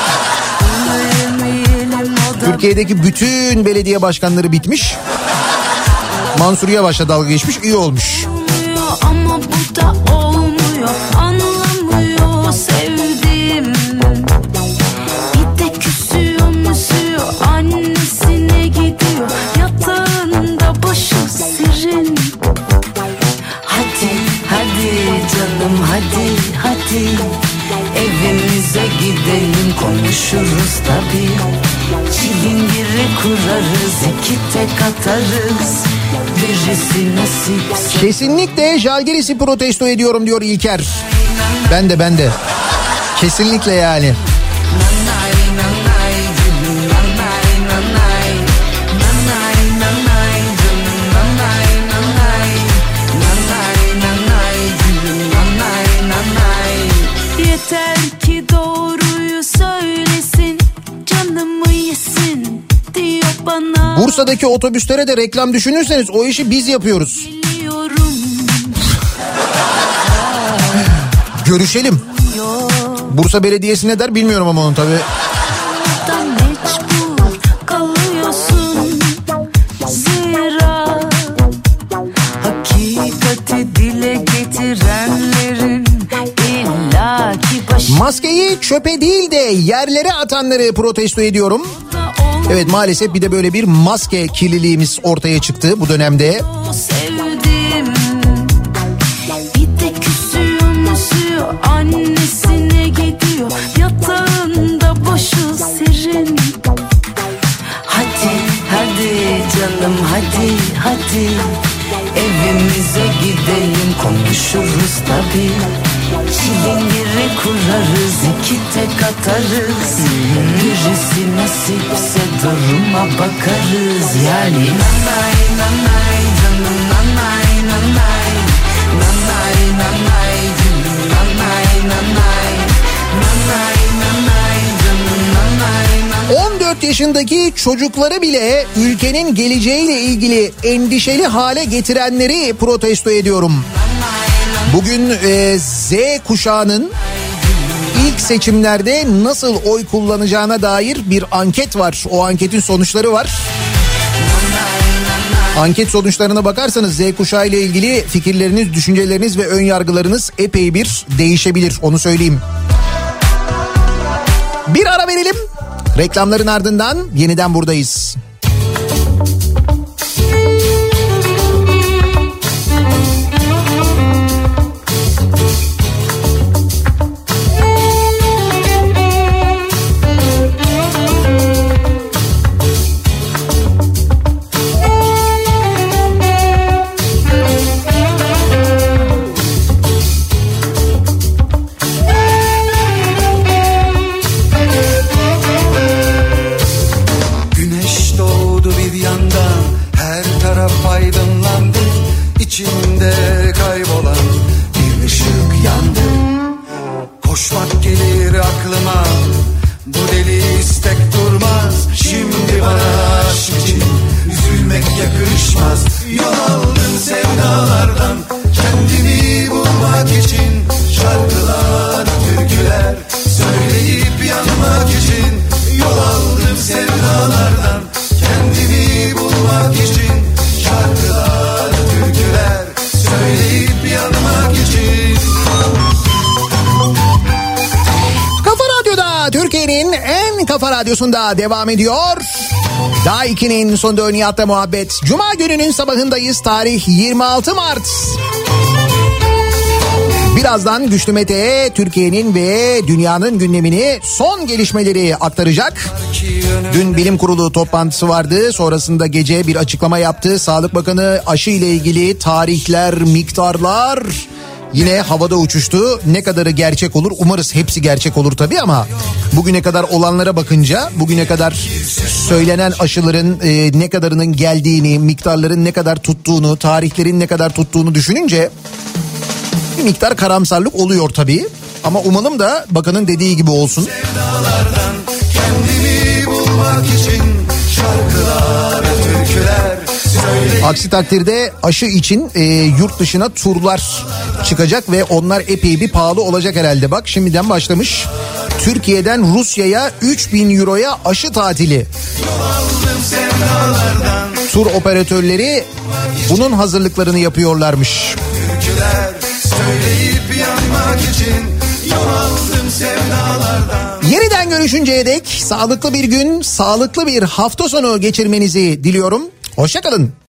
Türkiye'deki bütün belediye başkanları bitmiş. Mansur Yavaş'la dalga geçmiş, iyi olmuş. Ama bu da olmuyor, anlamıyor sevdiğim. Bir de küsüyor müsüyor, annesine gidiyor, yatağında başı serin. Hadi canım, hadi evimize gidelim, konuşuruz tabii. Çilingiri kurarız, iki tek atarız. Birisi nasipse. Kesinlikle Žalgiris'i protesto ediyorum diyor İlker. Ben de. Kesinlikle yani. Yeter ki doğruyu söylesin, canımı yesin diyor bana. Bursa'daki otobüslere de reklam düşünürseniz o işi biz yapıyoruz. Görüşelim. Bursa Belediyesi ne der bilmiyorum ama onu tabii. Maskeyi çöpe değil de yerlere atanları protesto ediyorum. Evet, maalesef bir de böyle bir maske kirliliğimiz ortaya çıktı bu dönemde. Sevdim. Bir de küsüyor müsüyor, annesine gidiyor, yatağında başı serin. Hadi canım, hadi evimize gidelim, konuşuruz tabii. Çilingiri kurarız, iki tek atarız. Birisi nasipse duruma bakarız. Yani nanay canım, nanay nanay canım, nanay canım, 14 yaşındaki çocukları bile ülkenin geleceğiyle ilgili endişeli hale getirenleri protesto ediyorum. Bugün Z kuşağının ilk seçimlerde nasıl oy kullanacağına dair bir anket var. O anketin sonuçları var. Anket sonuçlarına bakarsanız Z kuşağı ile ilgili fikirleriniz, düşünceleriniz ve ön yargılarınız epey bir değişebilir. Onu söyleyeyim. Bir ara verelim. Reklamların ardından yeniden buradayız. İçinde kaybolan bir ışık yandı. Koşmak gelir aklıma, bu deli istek durmaz. Şimdi bana aşk için üzülmek yakışmaz. Yol aldım sevdalardan, kendimi bulmak için. Şarkılar, türküler söyleyip yanmak için. Yol aldım sevdalardan, kendimi bulmak için. Şarkılar, türküler söyleyip yanmak için. Kafa Radyo'da, Türkiye'nin en kafa radyosunda devam ediyor. Daha 2'nin sonunda Nihat'la muhabbet. Cuma gününün sabahındayız. Tarih 26 Mart. Birazdan Güçlü Mete Türkiye'nin ve dünyanın gündemini, son gelişmeleri aktaracak. Dün bilim kurulu toplantısı vardı. Sonrasında gece bir açıklama yaptı. Sağlık Bakanı aşı ile ilgili tarihler, miktarlar, yine havada uçuştu. Ne kadarı gerçek olur? Umarız hepsi gerçek olur tabii ama bugüne kadar olanlara bakınca, bugüne kadar söylenen aşıların ne kadarının geldiğini, miktarların ne kadar tuttuğunu, tarihlerin ne kadar tuttuğunu düşününce bir miktar karamsarlık oluyor tabii. Ama umalım da bakanın dediği gibi olsun. Sevdalardan kendimi bulmak için şarkılar ve türküler söyleyip... Aksi takdirde aşı için yurt dışına turlar çıkacak ve onlar epey bir pahalı olacak herhalde. Bak şimdiden başlamış. Türkiye'den Rusya'ya 3.000 euroya aşı tatili. Tur operatörleri bunun hazırlıklarını yapıyorlarmış. Türküler söyleyip yanmak için yol aldım sevdalardan. Yeniden görüşünceye dek sağlıklı bir gün, sağlıklı bir hafta sonu geçirmenizi diliyorum. Hoşça kalın.